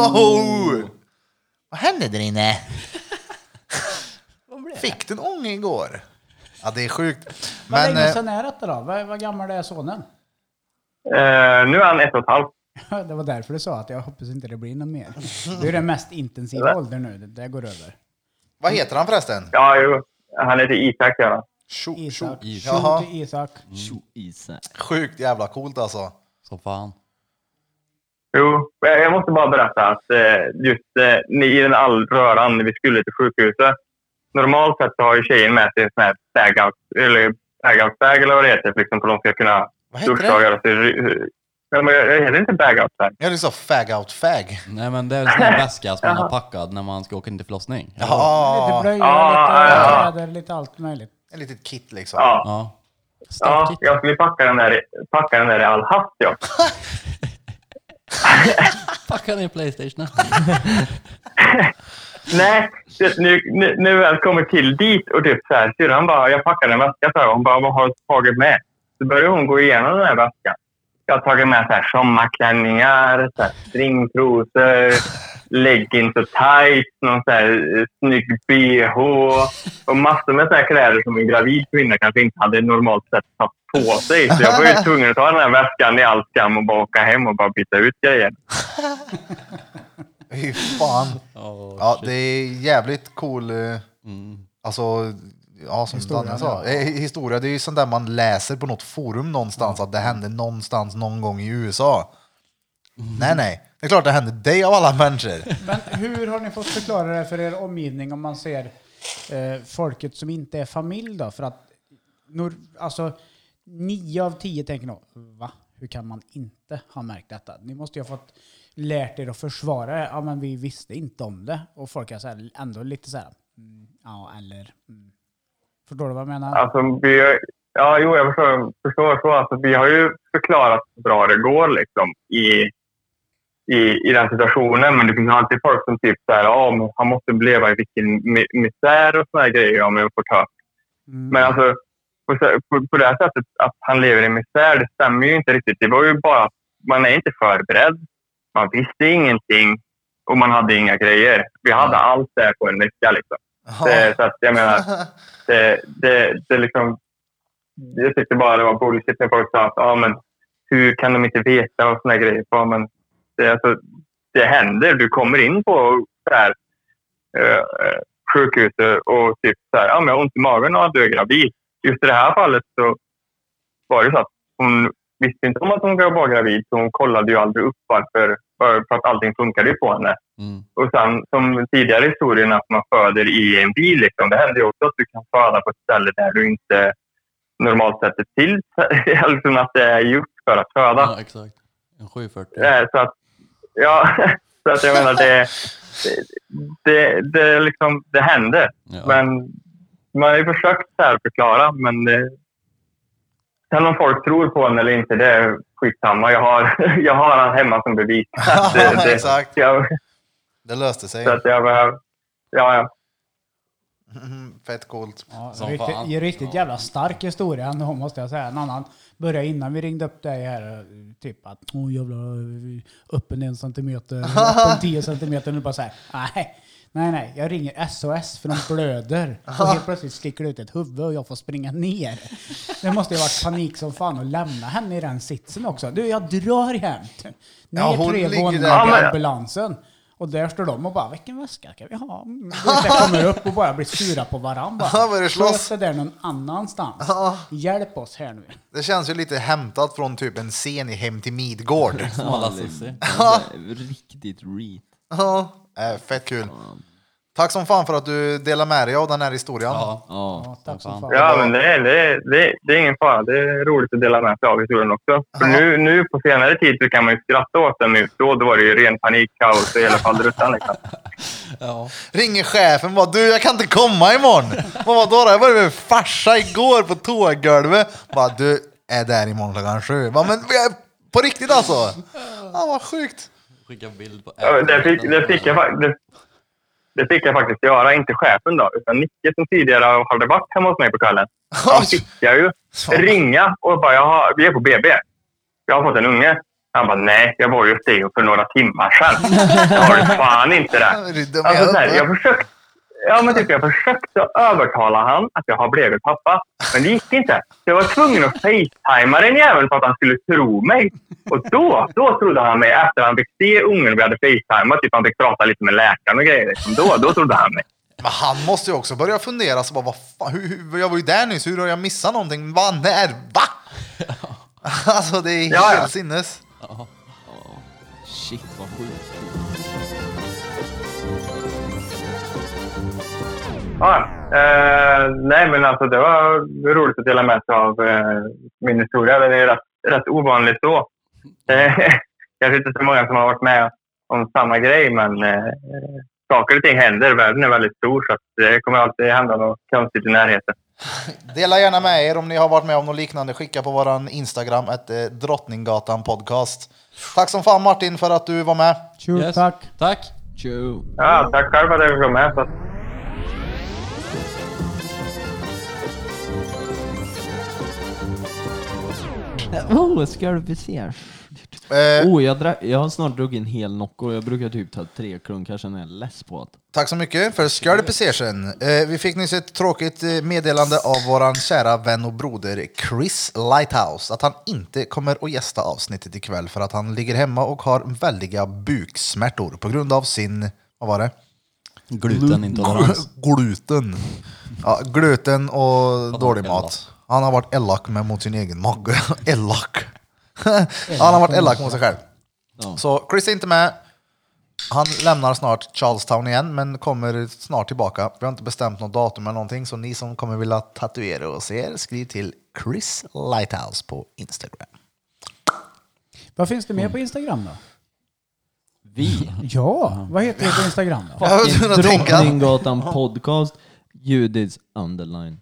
Vad hände där inne? Fick du en unge igår? Ja, det är sjukt. Vad länge sedan är detta då? Vad gammal är sonen? Nu är han 1,5. Det var därför du sa att jag hoppas inte det blir någon mer. Det är den mest intensiva åldern nu. Det går över. Vad heter han förresten? Ja, jo. Han heter Isak. Ja. Isak. Sjukt jävla coolt alltså. Så fan. Jo, jag måste bara berätta att just i den all röran när vi skulle till sjukhuset. Normalt sett så har ju tjejen med sig en sån här bag-out eller vad det heter. Liksom, för att de ska kunna duscha och göra sig... Jag heter inte bag-out-bag. Ja, det är så fag-out-fag. Nej, men det är en sån här väska som man har packad när man ska åka in till förlossning. Lite blöjor, lite kläder, lite allt möjligt. En litet kit liksom. Ja, jag skulle packa den där i all hast, ja. Packa ner PlayStation. Nej, nu väl kommer till dit och typ så här, syrran bara, jag packade en väska så här, hon bara, vad har du tagit med? Så börjar hon gå igenom den här väskan. Jag har tagit med så här sommarklänningar, så här stringtrosor, leggings och tights, någon så här snygg BH och massor med så här kläder som en gravid kvinna kanske inte hade normalt sett satt på sig. Så jag var ju tvungen att ta den här väskan i all skam och bara åka hem och bara byta ut grejer. Fy fan. Ja, det är jävligt cool. Alltså, ja, som Danne sa. Historia, det är ju sånt där man läser på något forum någonstans att det hände någonstans någon gång i USA. Nej. Det är klart det hände dig av alla människor. Men hur har ni fått förklara det för er omgivning om man ser folket som inte är familj då? För att alltså 9 av 10 tänker nog, va? Hur kan man inte ha märkt detta? Ni måste ju ha fått lärt er att försvara det. Ja, men vi visste inte om det. Och folk är så här, ändå lite så här, Förstår du vad jag menar? Alltså, jag förstår så. Alltså, vi har ju förklarat hur bra det går liksom i den situationen. Men det finns alltid folk som typ så här, han måste leva i vilken misär och såna här grejer om jag får ta. Men alltså, på det här sättet att han lever i misär, det stämmer ju inte riktigt. Det var ju bara att man är inte förberedd. Man visste ingenting och man hade inga grejer. Vi hade allt där på en vecka liksom. Så att jag menar, det liksom, jag tyckte bara det var bullshit när folk sa att men hur kan de inte veta vad såna grejer på, men det händer. Du kommer in på så här, sjukhuset och typ så här, men jag har ont i magen och du är gravid. Just i det här fallet så var det så att hon visste inte om att hon var gravid, så hon kollade ju aldrig upp för att allting funkade ju på henne. Och sen som tidigare historien att man föder i en bil liksom, det händer ju också att du kan föda på ett ställe där du inte normalt sätter till, alltså att det är gjort för att föda. Ja, exakt. En 740. Så att jag menar det liksom, det händer. Ja. Men man har ju försökt så här förklara, men sen om folk tror på en eller inte, det är skitsamma. Jag har han hemma som bevis. Exakt. Det löste sig. Så att jag behöver... Ja. Fett coolt. Ja, riktigt jävla stark historia ändå, måste jag säga. En annan började innan vi ringde upp dig här, typ att jävla öppen 1 centimeter, öppen 10 centimeter. Nu bara så här, nej, jag ringer SOS för de blöder. Och helt plötsligt sticker ut ett huvud och jag får springa ner. Det måste ju ha varit panik som fan att lämna henne i den sitsen också. Du, jag drar hem. Ner 3 våningar i ambulansen. Och där står de och bara, vilken väska ska vi ha? Det kommer upp och bara blir sura på varandra. Sköt det där någon annanstans. Hjälp oss här nu. Det känns ju lite hämtat från typ en scen i Hem till Midgård. Riktigt reet. Ja, fett kul. Tack som fan för att du delar med dig av den här historien. Ja, tack som fan. Ja, men det är ingen fara. Det är roligt att dela med sig av historien också. För nu på senare tid så kan man ju skratta åt den nu. Då var det ju ren panik, kaos och i alla fall rutan liksom. Ringer chefen bara, du jag kan inte komma imorgon. Vadå då? Jag var med farsa igår på tåggolvet. Bara, du är där imorgon klockan 7. Bara, men på riktigt alltså? Ja, vad sjukt. Skicka bild på Det fick jag faktiskt göra, inte chefen då, utan Nicke som tidigare hade varit hemma hos mig på kvällen. Han fick jag ju ringa och bara, vi är på BB. Jag har fått en unge. Han bara, nej, jag var just det för några timmar sedan. Jag har det fan inte det. Alltså, så här, jag försökte övertala han att jag har blivit pappa. Men det gick inte. Jag var tvungen att facetimea den jäveln för att han skulle tro mig. Och då trodde han mig efter han fick se ungen vi hade facetimeat. Typ han fick prata lite med läkaren och grejer. Då trodde han mig. Men han måste ju också börja fundera. Så bara, vad fan, jag var ju där nyss. Hur har jag missat någonting? Va? Alltså det är helt sinnes. Shit, vad sjukt. Nej, men alltså det var roligt att dela med sig av min historia. Det är rätt ovanligt så. Kanske inte så många som har varit med om samma grej, men saker och ting händer. Världen är väldigt stor, så att det kommer alltid hända något konstigt i närheten. Dela gärna med er om ni har varit med om något liknande. Skicka på våran Instagram, Drottninggatan podcast. Tack som fan Martin för att du var med. Yes. Tack. Ja, tack själv för att jag var med. Så. Ska du se? Jag har snart druckit en hel Nocco. Jag brukar typ ta 3 klunkar sen är jag less på att. Tack så mycket för skärpesesen. Vi fick nyss ett tråkigt meddelande av våran kära vän och broder Chris Lighthouse att han inte kommer att gästa avsnittet ikväll för att han ligger hemma och har väldiga buksmärtor på grund av sin, vad var det? Glutenintolerans. Gluten. Ja, gluten och dålig mat. Han har varit elak mot sin egen mage. Elak. Han har varit elak mot sig själv. Så Chris är inte med. Han lämnar snart Charlestown igen, men kommer snart tillbaka. Vi har inte bestämt något datum eller någonting, så ni som kommer vilja tatuera oss skriv till Chris Lighthouse på Instagram. Vad finns det mer på Instagram då? Vi? Ja, vad heter det på Instagram då? Drottninggatan podcast Judiths underline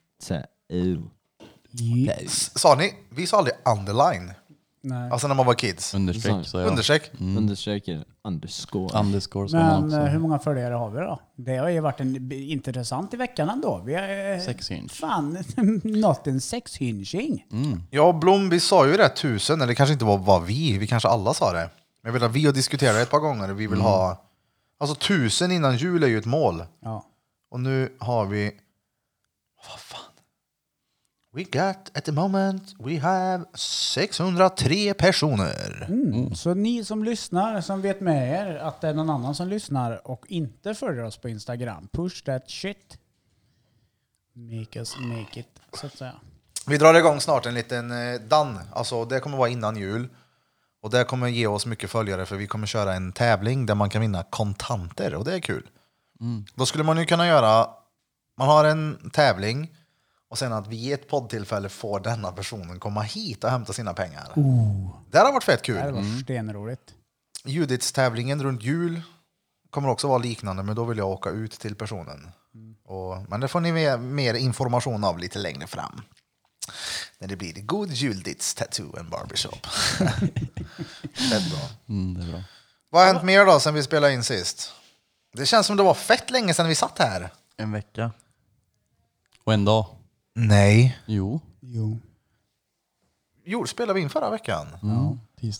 Sa ni? Vi sa aldrig underline. Nej. Alltså när man var kids. Understreck. Understreck. Understrecker underscore. Underscore ska Men man också. hur många följare har vi då? Det har ju varit intressant i veckan ändå. Vi har 6 inch. fan nått en 6-hynching. Ja, Blom, vi sa ju det 1000, eller kanske inte var vi kanske alla sa det. Men jag vet att vi har diskuterat det ett par gånger. Vi vill ha, alltså 1000 innan jul är ju ett mål. Ja. Och nu har vi, vad fan? We got, at the moment, we have 603 personer. Så ni som lyssnar, som vet med er att det är någon annan som lyssnar och inte följer oss på Instagram, push that shit. Make us make it, så att säga. Vi drar igång snart en liten dan. Alltså det kommer vara innan jul. Och det kommer ge oss mycket följare, för vi kommer köra en tävling där man kan vinna kontanter. Och det är kul. Då skulle man ju kunna göra, man har en tävling och sen att vi i ett poddtillfälle får denna personen komma hit och hämta sina pengar. Det har varit fett kul. Det var stenroligt. Judiths tävlingen runt jul kommer också vara liknande, men då vill jag åka ut till personen. Men det får ni mer information av lite längre fram. När det blir God Judiths Tattoo and Barbershop. Fett bra. Det är bra. Vad har hänt mer då sen vi spelade in sist? Det känns som det var fett länge sedan vi satt här. En vecka. Och en dag. Nej. Jo. Jo. Jo, spelade vi in förra veckan? Ja, tisdag.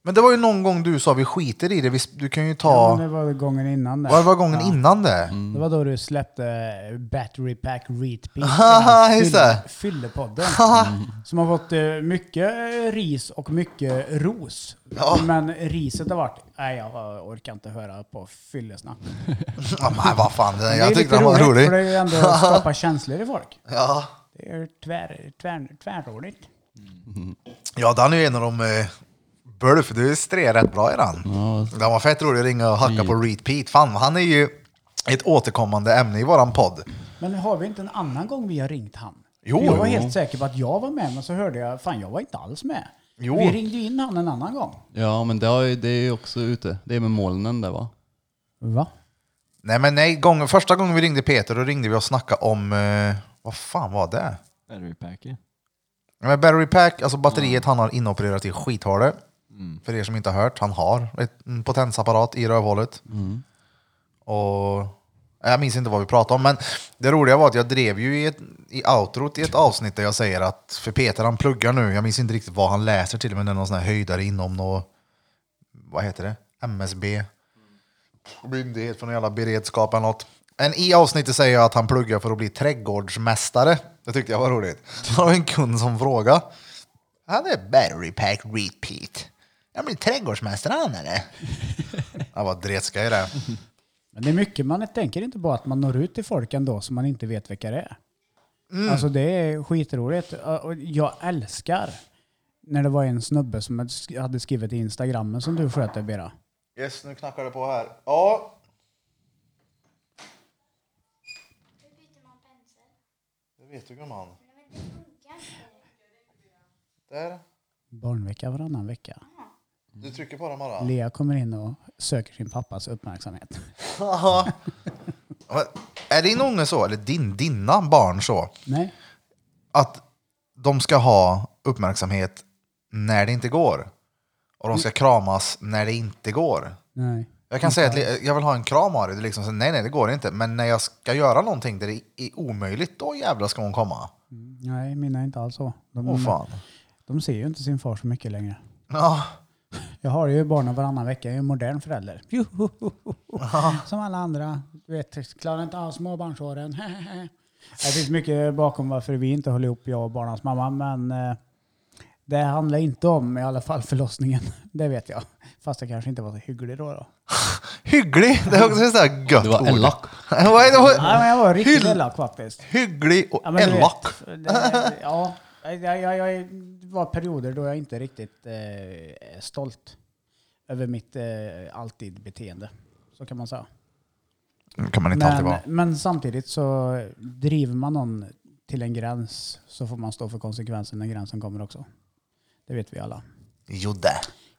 Men det var ju någon gång du sa vi skiter i det. Du kan ju ta... Ja, det var gången innan det. Vad var gången innan det? Det var då du släppte Battery Pack Repeat. Just det. Fyllepodden. Som har fått mycket ris och mycket ros. Ja. Men riset har varit, nej jag orkar inte höra på fyllesnack. Ja, men vad fan, Det jag är tyckte lite den var roligt, rolig. för det är ju ändå att skapa känslor i folk. Ja. Det är tvärroligt. Ja, den är ju en av de... Bulf, du stred rätt bra i den. Den var fett rolig att ringa och hacka på repeat. Fan, han är ju ett återkommande ämne i våran podd. Men har vi inte en annan gång vi har ringt han? Jo. Jag var helt säker på att jag var med, men så hörde jag, fan jag var inte alls med. Jo. Vi ringde ju in han en annan gång. Ja, men det är ju också ute. Det är med molnen där, va? Va? Nej, första gången vi ringde Peter, då ringde vi och snackade om... vad fan var det? Battery pack. Men battery pack, alltså batteriet han har inopererat i skithålet. För er som inte har hört, han har en potensapparat i rövhålet. Och jag minns inte vad vi pratade om, men det roliga var att jag drev ju i outrot i ett avsnitt där jag säger att för Peter han pluggar nu, jag minns inte riktigt vad han läser till, men det är någon sån här höjdare inom något, vad heter det? MSB. Myndighet för någon jävla beredskap eller något. Men i avsnittet säger jag att han pluggar för att bli trädgårdsmästare. Det tyckte jag var roligt. Det var en kund som frågade. Han är battery pack repeat. Jag blir trädgårdsmästare han eller? Jag var dretska i det. Men det är mycket man tänker inte på att man når ut till folk ändå som man inte vet vilka det är. Alltså det är skitroligt. Och jag älskar när det var en snubbe som hade skrivit i Instagrammen som du sköter, Bera. Yes, nu knackar det på här. Ja. Det vet du gumman. Där. Barnvecka varannan vecka. Du trycker på den bara. Lea kommer in och söker sin pappas uppmärksamhet. Är din unge så, eller dina barn så, Nej. att de ska ha uppmärksamhet när det inte går? Och de ska kramas när det inte går? Nej. Jag kan säga att jag vill ha en kram av det. Liksom, så, nej, det går inte. Men när jag ska göra någonting där det är omöjligt, då jävlar ska hon komma. Nej, mina är inte alls så. Fan. De ser ju inte sin far så mycket längre. Ja. Jag har ju barnen varannan vecka. Jag är en modern förälder. Som alla andra. Du vet, klarar inte av småbarnsåren. Det finns mycket bakom varför vi inte håller ihop, jag och barnens mamma. Men det handlar inte om i alla fall förlossningen. Det vet jag. Fast jag kanske inte var så hygglig då. Hygglig? Det är också så här gött. Du var elak. Nej, men jag var riktigt elak faktiskt. Hygglig och Ja, elak. Jag var perioder då jag inte riktigt är stolt över mitt alltid beteende. Så kan man säga. Kan man inte alltid vara. Men samtidigt så driver man någon till en gräns så får man stå för konsekvensen när gränsen kommer också. Det vet vi alla. Jo det.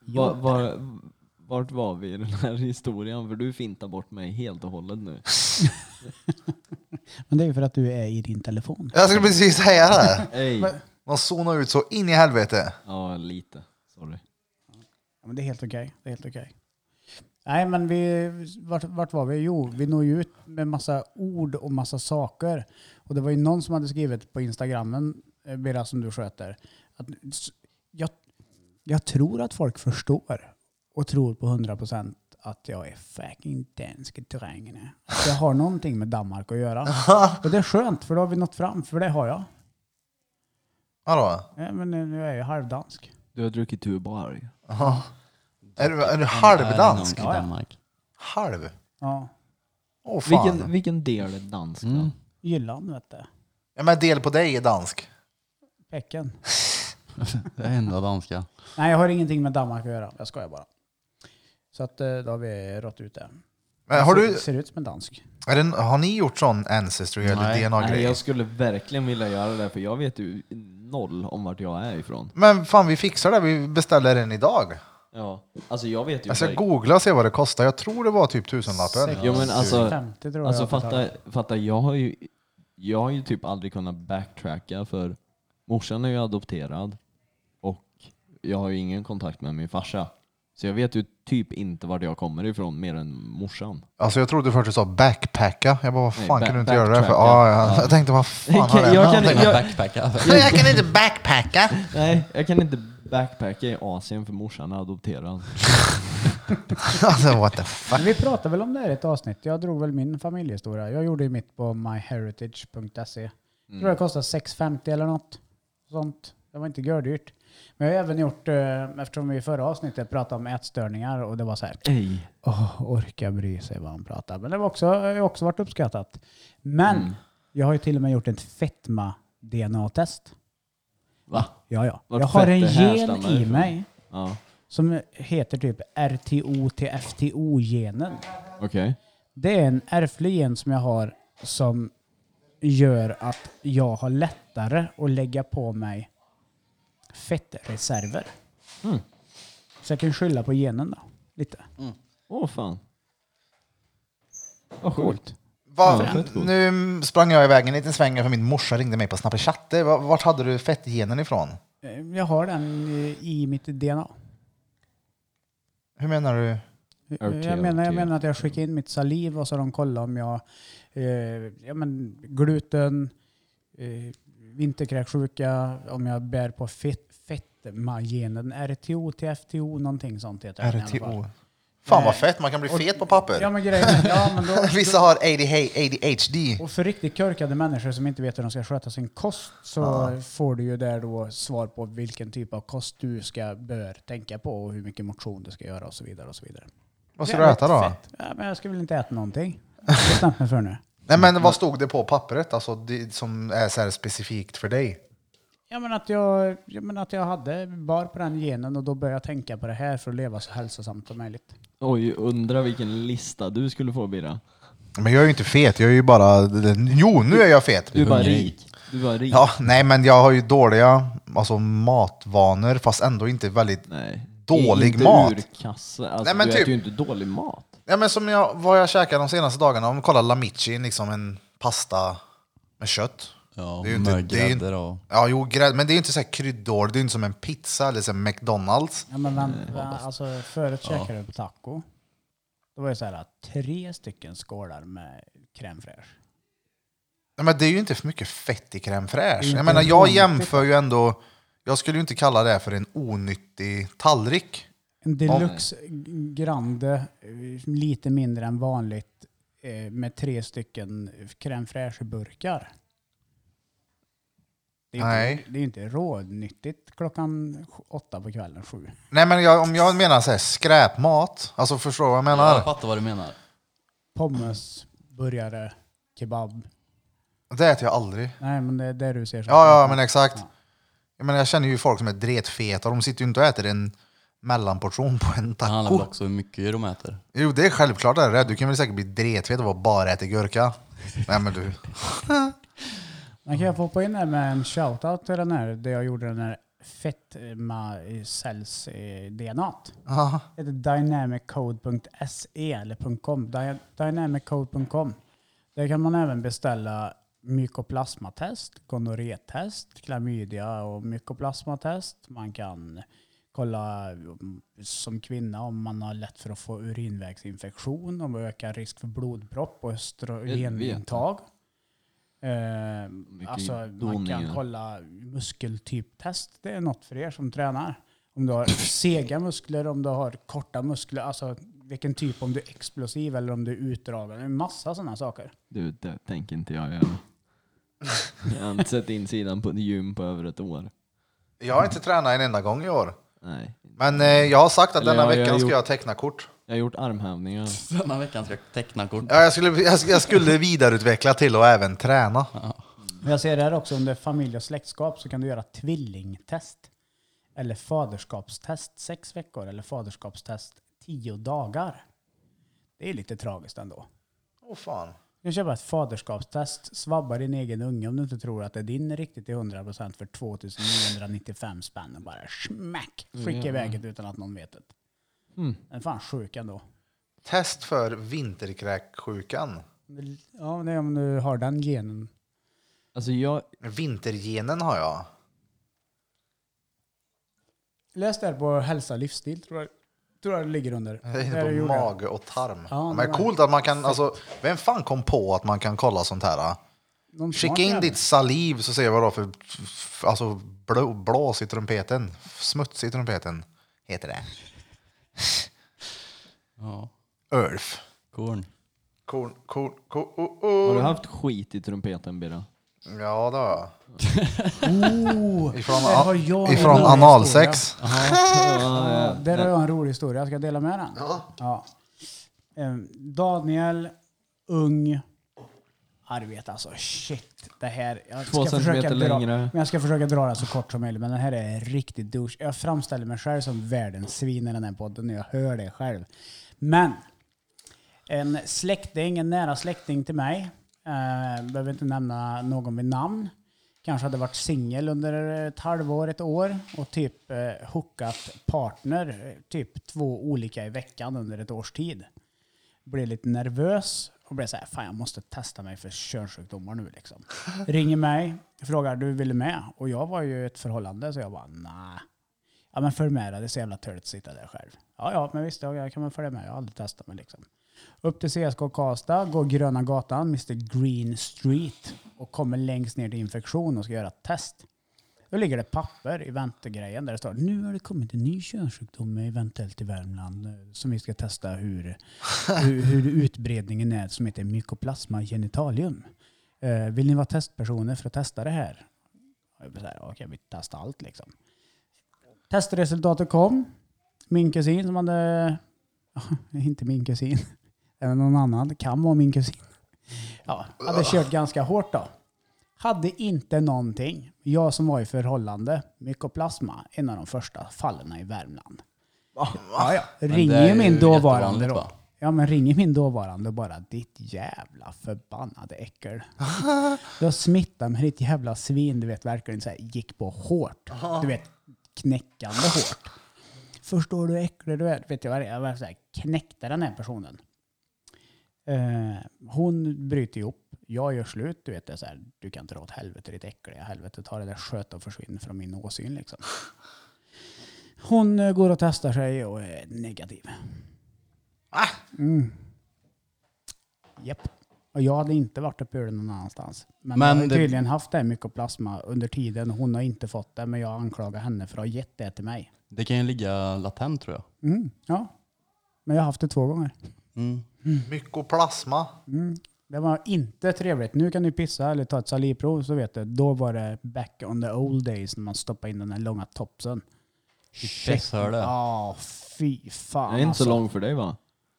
Vart var vi i den här historien? För du fintar bort mig helt och hållet nu. Men det är ju för att du är i din telefon. Jag skulle precis säga det. Hey. Man zonar ut så in i helvete. Ja, lite. Sorry. Ja, men det är helt okej. Det är helt okej. Nej, men vart var vi? Jo, vi når ju ut med massa ord och massa saker. Och det var ju någon som hade skrivit på Instagrammen, Bera, som du sköter, att jag tror att folk förstår och tror på 100% att jag är fucking dansk i terrängen. Att jag har någonting med Danmark att göra. Och det är skönt, för då har vi nått fram, för det har jag. Hallå? Ja, men nu är jag halvdansk. Du har druckit Tuborg. Aha. Är du halvdansk? I Danmark. Halv? Ja. Åh fan. Vilken del är dansk då? Gyllan, vet du. Ja, men del på dig är dansk. Pecken. Det är enda danska. Nej, jag har ingenting med Danmark att göra. Jag skojar bara. Så att då har vi rått ut det. Men har du, ser ut som en dansk. har ni gjort sån ancestry eller DNA-grej? Nej, jag skulle verkligen vilja göra det, för jag vet ju noll om vart jag är ifrån. Men fan, vi fixar det. Vi beställer den idag. Ja, alltså jag vet ju. Jag ska googla och se vad det kostar. Jag tror det var typ 1000-lappen. Jo, men alltså, 50 tror jag. alltså fatta, jag har ju typ aldrig kunnat backtracka, för morsan är ju adopterad och jag har ju ingen kontakt med min farsa. Så jag vet ju typ inte vart jag kommer ifrån mer än morsan. Alltså jag trodde först du sa backpacka. Jag bara, vad fan kan du inte göra det för? Ja. Jag tänkte, vad fan har det? Jag kan inte backpacka. Nej, jag kan inte backpacka i Asien för morsan är adopterad. Alltså what the fuck. Vi pratade väl om det här i ett avsnitt. Jag drog väl min familjehistoria. Jag gjorde ju mitt på myheritage.se. Jag tror det kostade 6,50 eller något sånt. Det var inte gördyrt. Men jag har även gjort, eftersom vi i förra avsnittet pratade om ätstörningar och det var så här, orka bry sig vad han pratar. Men det var också varit uppskattat. Men jag har ju till och med gjort ett fetma-DNA-test. Va? Ja. Vart Jag har en fettet gen härstammar i ifrån? mig Ja. som heter typ RTO till FTO-genen. Okej. Det är en ärftlig gen som jag har som gör att jag har lättare att lägga på mig fettreserver. Så jag kan skylla på genen då, lite. Åh fan. Vad sjukt. Nu sprang jag iväg en liten sväng för min morsa ringde mig på Snapchatte. Vart hade du fettgenen ifrån? Jag har den i mitt DNA. Hur menar du? Jag menar att jag skickar in mitt saliv och så de kollar om jag gluten, vinterkräksjuka, om jag bär på fetma-genen, RTO till FTO, någonting sånt heter det. RTO. Fan vad fett, man kan bli fet på papper. Ja, men grejen, Vissa har ADHD. Och för riktigt körkade människor som inte vet hur de ska sköta sin kost så får du ju där då svar på vilken typ av kost du bör tänka på och hur mycket motion du ska göra och så vidare och så vidare. Vad ska du äta då? Ja, men jag ska väl inte äta någonting. Jag har bestämt mig för nu. Nej, men vad stod det på pappret alltså, det, som är så här specifikt för dig? Ja, men att jag hade bar på den genen och då började jag tänka på det här för att leva så hälsosamt som möjligt. Oj, undrar vilken lista du skulle få, Birra. Men jag är ju inte fet, jag är ju bara... Jo, nu är jag fet. Du är bara rik. Ja, nej, men jag har ju dåliga matvanor, fast ändå inte väldigt dålig inte mat. Urkassa. Alltså, nej, men du typ, äter ju inte dålig mat. Ja, men som vad jag käkade de senaste dagarna, om vi kollar Lamici, liksom en pasta med kött. Ja, det är ju inte, grädder och... Ja, jo, men det är ju inte så här kryddor, det är inte som en pizza eller som McDonalds. Ja, men alltså förut käkade jag på taco. Då var det så här 3 stycken skålar med crème fraîche. Nej, men det är ju inte för mycket fett i crème fraîche. Jag menar, jag jämför ju ändå... Jag skulle ju inte kalla det för en onyttig tallrik. En deluxe grande, lite mindre än vanligt, med 3 stycken crème fraîche-burkar. Det är ju inte rådnyttigt klockan 8 på kvällen, 7. Nej, men om jag menar så här skräpmat, alltså förstår vad jag menar? Jag fattar vad du menar. Pommes, burgare, kebab. Det äter jag aldrig. Nej, men det är det du ser som Ja, men exakt. Ja. Jag känner ju folk som är dretfeta, de sitter ju inte och äter en mellanportion på en taco. Det handlar väl också hur mycket de äter. Jo, det är självklart det. Du kan väl säkert bli dretfet och bara äta gurka. Nej, men du... Man kan få på in här med en shoutout till den här, där jag gjorde den här fetma-cells-DNAt. Det heter dynamiccode.se eller .com. Dynamiccode.com. Där kan man även beställa mykoplasmatest, gonorré-test, klamydia och mykoplasmatest. Man kan kolla som kvinna om man har lätt för att få urinvägsinfektion, om ökar risk för blodpropp och östrogenintag. Alltså man kan kolla muskeltyptest. Det är något för er som tränar. Om du har sega muskler, om du har korta muskler, alltså vilken typ, om du är explosiv eller om du är utdragen. Det är en massa sådana saker. Du, det tänker inte jag göra. Jag har inte sett insidan på ett gym på över ett år. Jag har inte tränat en enda gång i år. Nej. Men jag har sagt att denna veckan ska jag teckna kort. Jag har gjort armhävningar. Denna veckan ska jag teckna kort. Ja, jag skulle vidareutveckla till att även träna. Jag ser här också, under familj och släktskap så kan du göra tvillingtest. Eller faderskapstest 6 veckor. Eller faderskapstest 10 dagar. Det är lite tragiskt ändå. Fan. Du köper ett faderskapstest, svabbar din egen unge om du inte tror att det är din riktigt till 100% för 2995 spänn och bara smack, skicka iväg det utan att någon vet det. Det är fan sjuk ändå. Test för vinterkräksjukan. Ja, det är om du har den genen. Alltså vintergenen har jag. Läs där på hälsa livsstil tror jag. Tror jag det ligger under. Det är på mage och tarm. Ja, men coolt att man kan, alltså, vem fan kom på att man kan kolla sånt här? Skicka in ditt saliv så ser vi vad det för alltså, blås i trumpeten. Smuts i trumpeten heter det. Ja. Earth. Korn. Har du haft skit i trumpeten, Birra? Ja, det har jag. Ifrån analsex. Där har jag en rolig historia. Jag ska dela med den. Ja. Daniel, ung, arbete. Alltså shit. Det här, jag 2 centimeter längre. Men jag ska försöka dra det så kort som möjligt. Men den här är riktigt douche. Jag framställer mig själv som världens svin i den här podden. Jag hör det själv. Men en nära släkting till mig, behöver inte nämna någon vid namn, kanske hade varit singel under ett halvår, ett år och typ hookat partner typ 2 olika i veckan under ett års tid. Blev lite nervös och blev så här, fan jag måste testa mig för könssjukdomar nu liksom. Ringer mig, frågar du vill med? Och jag var ju i ett förhållande så jag bara, nej. Ja men följ med, det är så jävla törligt att sitta där själv. Ja men visst, jag kan väl följa med, jag har aldrig testat mig liksom. Upp till CSK Karlstad, går Gröna gatan, Mr Green Street och kommer längst ner till infektion och ska göra ett test. Då ligger det papper i väntgrejen där det står, nu har det kommit en ny könssjukdom eventuellt i Värmland som vi ska testa hur utbredningen är, som heter Mycoplasma genitalium. Vill ni vara testpersoner för att testa det här? Jag vill säga, okej, vi testar allt liksom. Testresultatet kom. Min kusin som hade... inte min kusin. Även någon annan. Det kan vara min kusin. Ja, hade kört ganska hårt då. Hade inte någonting. Jag som var i förhållande. Mycoplasma. En av de första fallen i Värmland. Ja. Ringer min dåvarande då. Ja, men ringer min dåvarande och bara, ditt jävla förbannade äckel. Då smittade med ditt jävla svin. Du vet, verkligen så här, gick på hårt. Du vet, knäckande hårt. Förstår du äcklig du är? Vet jag var så här, knäckte den här personen. Hon bryter ihop. Jag gör slut. Du vet det så här, du kan dra åt helvete ditt äckliga helvete. Ta det där sköt och försvinna från min åsyn liksom. Hon går och testar sig och är negativ. Japp. Och jag hade inte varit uppe ur någon annanstans. Men jag har tydligen haft det mycoplasma under tiden. Hon har inte fått det, men jag anklagar henne för att ha gett det till mig. Det kan ju ligga latent tror jag. Ja, men jag har haft det 2 gånger. Mycoplasma. Det var inte trevligt. Nu kan du pissa eller ta ett salivprov så vet du. Då var det back on the old days när man stoppade in den här långa topsen. Shit, hör det. Ja, fy fan. Det är inte så lång för dig va?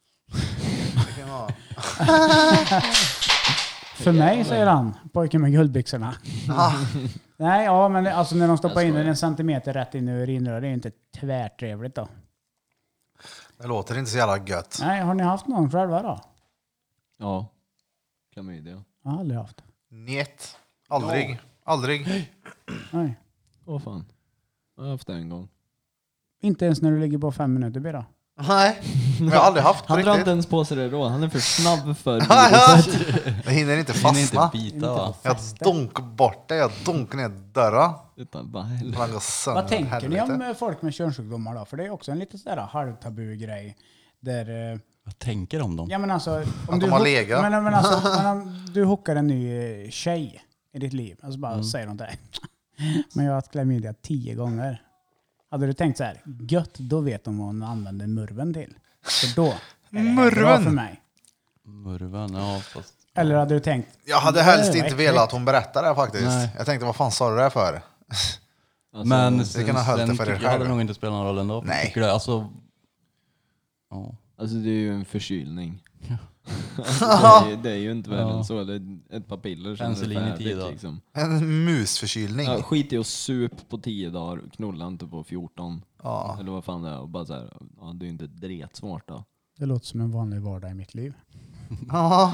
För mig säger han, pojken med guldbyxorna. Nej, ja men alltså när de stoppar in en centimeter rätt in i urinröret, det är inte tvärtrevligt då. Det låter inte så jävla gött. Nej, har ni haft någon själva då? Ja. Klamydia. Jag har aldrig haft. Njet. Aldrig. Aldrig. Nej. Åh fan. Jag har haft det en gång. Inte ens när du ligger på 5 minuter blir då? Nej, jag har aldrig haft han riktigt. drar inte ens på sig det då. Han är för snabb för jag hinner inte fastna. Inte bita, va? Jag donk bort det. Jag donk ner dörra. Utan bara vad tänker ni om folk med könssjukdomar då? För det är också en lite sådär halvtabu grej. Där, vad tänker om dem? Ja men alltså... Om de har legat. Men alltså, om du hookar en ny tjej i ditt liv. Alltså bara säger de det. Men jag har haft klamydia 10 gånger. Hade du tänkt så här, gött, då vet de vad hon använder murven till. För då är det bra för mig. Murven, ja fast... Eller hade du tänkt... Jag hade helst inte velat att hon berättade det faktiskt. Nej. Jag tänkte, vad fan sa du det för? Alltså, men sen jag hade nog inte spelat någon roll ändå. Nej. Det, alltså... Ja. Alltså det är ju en förkylning. det är ju inte värre än så. Det är ett par piller som är färdigt liksom. En musförkylning. Ja, skit i att sup på 10 dagar, knulla inte på 14. Ja. Eller vad fan det är. Och bara så här, ja, det är ju inte dretsvårt då. Det låter som en vanlig vardag i mitt liv. Ja.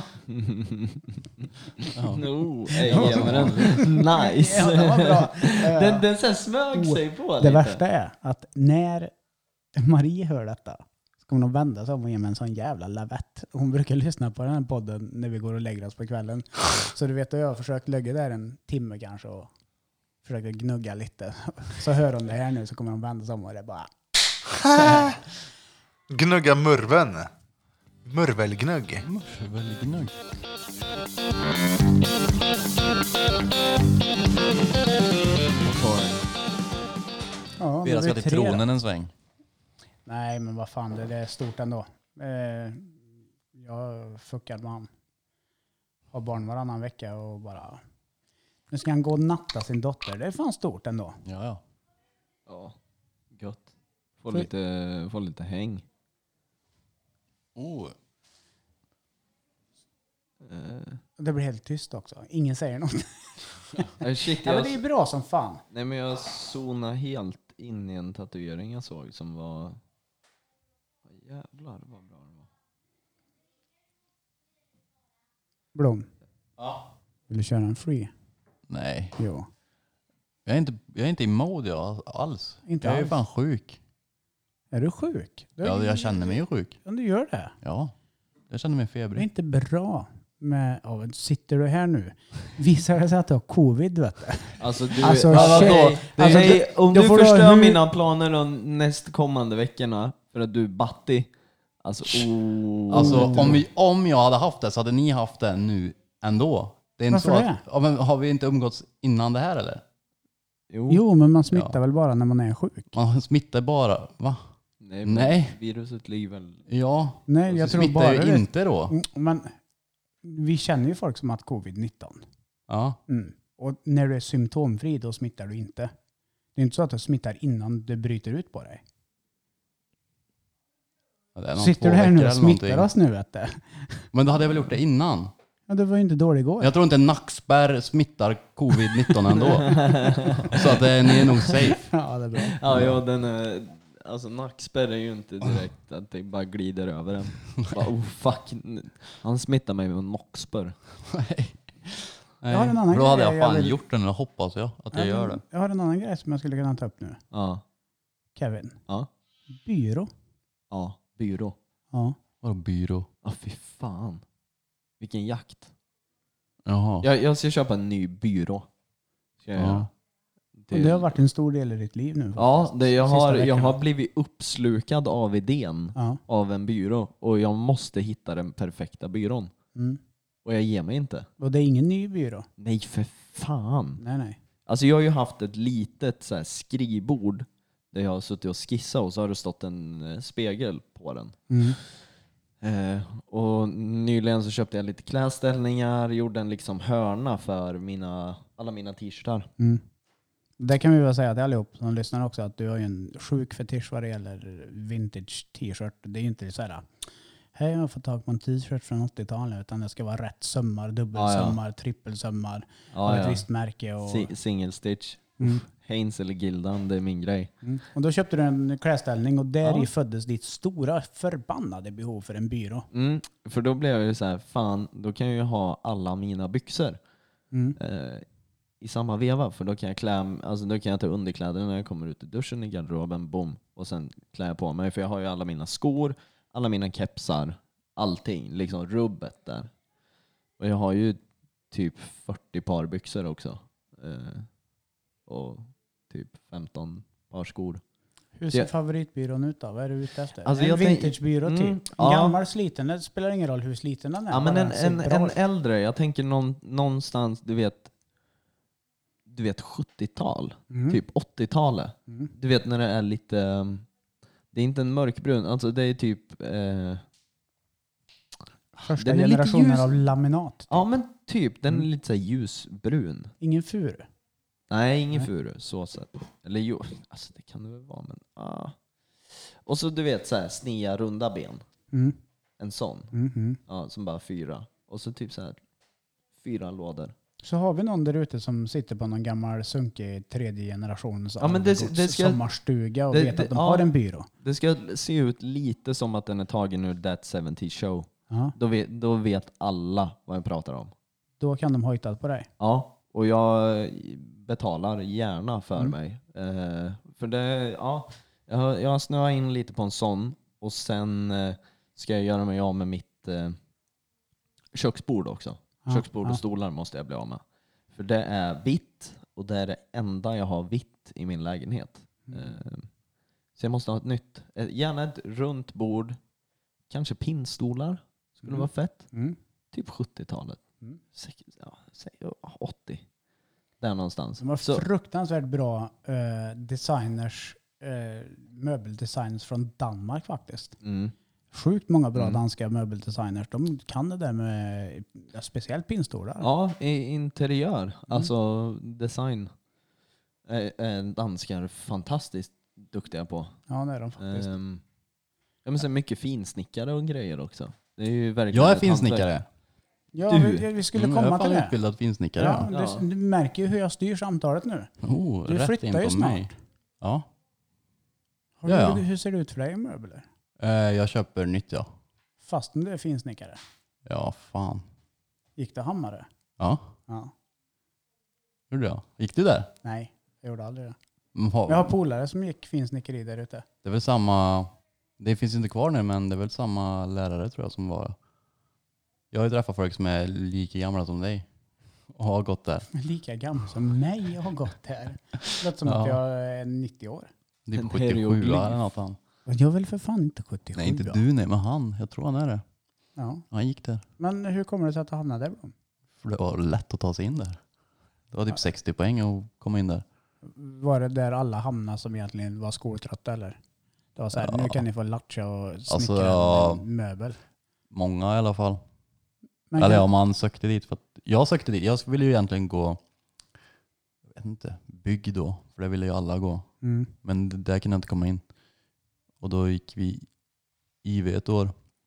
Nice. Ja, det var bra. Den så smög sig på lite. Det värsta är att när Marie hör detta ska hon vända sig om och ge mig en sån jävla lavett. Hon brukar lyssna på den här podden när vi går och lägger oss på kvällen. Så du vet att jag har försökt lägga där en timme kanske och försöker gnugga lite. Så hör hon det här nu så kommer hon vända sig om och det bara... Gnugga murven. Murvelgnugg. Murvelgnugg. Ja, Vera ska till tronen en sväng. Nej, men vad fan, det är stort ändå. Jag fuckar med han. Har barn varannan vecka och bara... Nu ska han gå och natta sin dotter. Det är fan stort ändå. Ja. Ja, gött. Få lite häng. Det blir helt tyst också. Ingen säger något. Shit, Ja, men det är bra som fan. Nej, men jag zonade helt in i en tatuering jag såg som var... Jävlar vad bra det var. Blom. Ja. Vill du köra en free? Nej. Jo. Jag är inte i mode alls. Inte jag är ju alls. fan sjuk. Är du sjuk? Ja, jag känner mig ju sjuk. Om du gör det. Ja. Jag känner mig Det är febrig. inte bra. Med, sitter du här nu? Visar det sig att du har covid, vet du? Alltså, du, Alltså, om du får förstör mina planer de nästkommande veckorna för att du är battig. Alltså, Alltså om jag hade haft det så hade ni haft det nu ändå. Det är inte Varför så att, ja, men har vi inte umgåtts innan det här eller? Jo, men man smittar väl bara när man är sjuk? Man smittar bara, va? Nej. Viruset ligger väl... Ja. Nej, jag tror smittar bara ju det. inte då. Men vi känner ju folk som har haft covid-19. Ja. Mm. Och när du är symptomfri, då smittar du inte. Det är inte så att du smittar innan det bryter ut på dig. Ja, sitter du här nu och smittar oss nu, vet du? Men då hade jag väl gjort det innan. Ja, det var ju inte dåligt igår. Jag tror inte nackspärr smittar covid-19 ändå. Så att ni är nog safe. Ja, det är bra. Ja, den är... Alltså nackspärr är ju inte direkt att det bara glider över en. Bara, fuck. Han smittar mig med en nackspärr. Nej. Jag har en annan Då hade grej jag fan jag vill- gjort den, och hoppas jag att jag gör det. Jag har en annan grej som jag skulle kunna ta upp nu. Ja. Kevin. Ja. Byrå. Ja, byrå. Ja. Vadå byrå? Ja, fy fan. Vilken jakt. Jaha. Jag ska köpa en ny byrå. Ska jag Ja. göra. Och det har varit en stor del i ditt liv nu. Ja, faktiskt. jag Sista har veckorna. blivit uppslukad av idén Ja. av en byrå. Och jag måste hitta den perfekta byrån. Mm. Och jag ger mig inte. Och det är ingen ny byrå. Nej, för fan. Nej. Alltså jag har ju haft ett litet så här skrivbord där jag har suttit och skissat och så har det stått en spegel på den. Mm. Och nyligen så köpte jag lite klädställningar, gjorde en liksom hörna för alla mina t-shirtar. Mm. Det kan vi väl säga till allihop som lyssnar också, att du har ju en sjuk fetisch vad det gäller vintage t-shirt. Det är ju inte så här, hej jag har fått tag på en t-shirt från 80-talet, utan det ska vara rätt sömmar, dubbelsömmar, trippelsömmar och ett visst märke. Och... Single stitch. Mm. Heinz eller Gildan, det är min grej. Mm. Och då köpte du en klädställning och där i föddes ditt stora förbannade behov för en byrå. Mm, för då blev jag ju så här, fan, då kan jag ju ha alla mina byxor i samma veva, för då kan jag ta underkläder när jag kommer ut i duschen i garderoben, boom, och sen klär jag på mig, för jag har ju alla mina skor, alla mina kepsar, allting, liksom rubbet där. Och jag har ju typ 40 par byxor också. Och typ 15 par skor. Hur ser favoritbyrån ut då? Vad är du ute efter? Alltså en vintagebyrå typ? En ja. gammal sliten, det spelar ingen roll hur sliten den är. Ja, men bara den ser bra en ut. äldre, jag tänker någonstans, du vet 70-tal, typ 80-talet. Du vet när det är lite, det är inte en mörkbrun, alltså det är typ Första den är lite generationen ljus. av laminat. Typ. Ja men typ, den är lite så här ljusbrun. Ingen furu. Nej, ingen furu, så sett. Eller jo, alltså det kan det väl vara, men Och så du vet så här snea runda ben. Mm. En sån. Mm. Ja, som bara 4. Och så typ så här 4 lådor. Så har vi någon där ute som sitter på någon gammal sunkig tredje generations det ska sommarstuga och vet att de har en byrå. Det ska se ut lite som att den är tagen ur That 70 Show. Ja. Då vet alla vad jag pratar om. Då kan de hojta på dig. Ja, och jag betalar gärna för mig. För det, jag snöar in lite på en sån. Och sen ska jag göra mig av med mitt köksbord också. Köksbord och stolar måste jag bli av med. För det är vitt och det är det enda jag har vitt i min lägenhet. Så jag måste ha ett nytt. Gärna ett runt bord. Kanske pinnstolar. Skulle vara fett. Typ 70-talet. 80. Där någonstans. De var fruktansvärt bra designers, möbeldesigners från Danmark faktiskt. Sjukt många bra danska möbeldesigners. De kan det där med speciellt pinnstolar. Ja, interiör. Alltså design. Danskar fantastiskt duktiga på. Ja, det är de faktiskt. Jag måste mycket finsnickare och grejer också. Det är ju verkligen Jag är finsnickare. Ja, vi skulle komma till det. Jag är utbildad finsnickare. Ja, du märker ju hur jag styr samtalet nu. Du rätt flyttar in ju på snart. mig. Ja. Hur ser det ut för dig i möbler? Jag köper nytt, ja. Fastän du är finsnickare. Ja, fan. Gick du Hammare? Ja. Gjorde jag. Gick du där? Nej, jag gjorde aldrig det. Jag har polare som gick finsnickeri där ute. Det är väl samma... Det finns inte kvar nu, men det är väl samma lärare tror jag som var... Jag har ju träffat folk som är lika gamla som dig. Och har gått där. Lika gamla som mig har gått där. Det låter som att jag är 90 år. Det är 77 eller något han. Jag är väl för fan inte 77. Nej, inte du, nej, men han. Jag tror han är det. Ja. Han gick där. Men hur kommer det sig att du hamnade där? För det var lätt att ta sig in där. Det var typ 60 poäng att komma in där. Var det där alla hamnade som egentligen var skoltrötta eller? Det var så här, nu kan ni få latcha och snickra möbel. Många i alla fall. Eller ja, man sökte dit. För att jag sökte dit. Jag ville ju egentligen gå, jag vet inte, bygg då. För det ville ju alla gå. Men där kunde jag inte komma in. Och då gick vi IV ett år.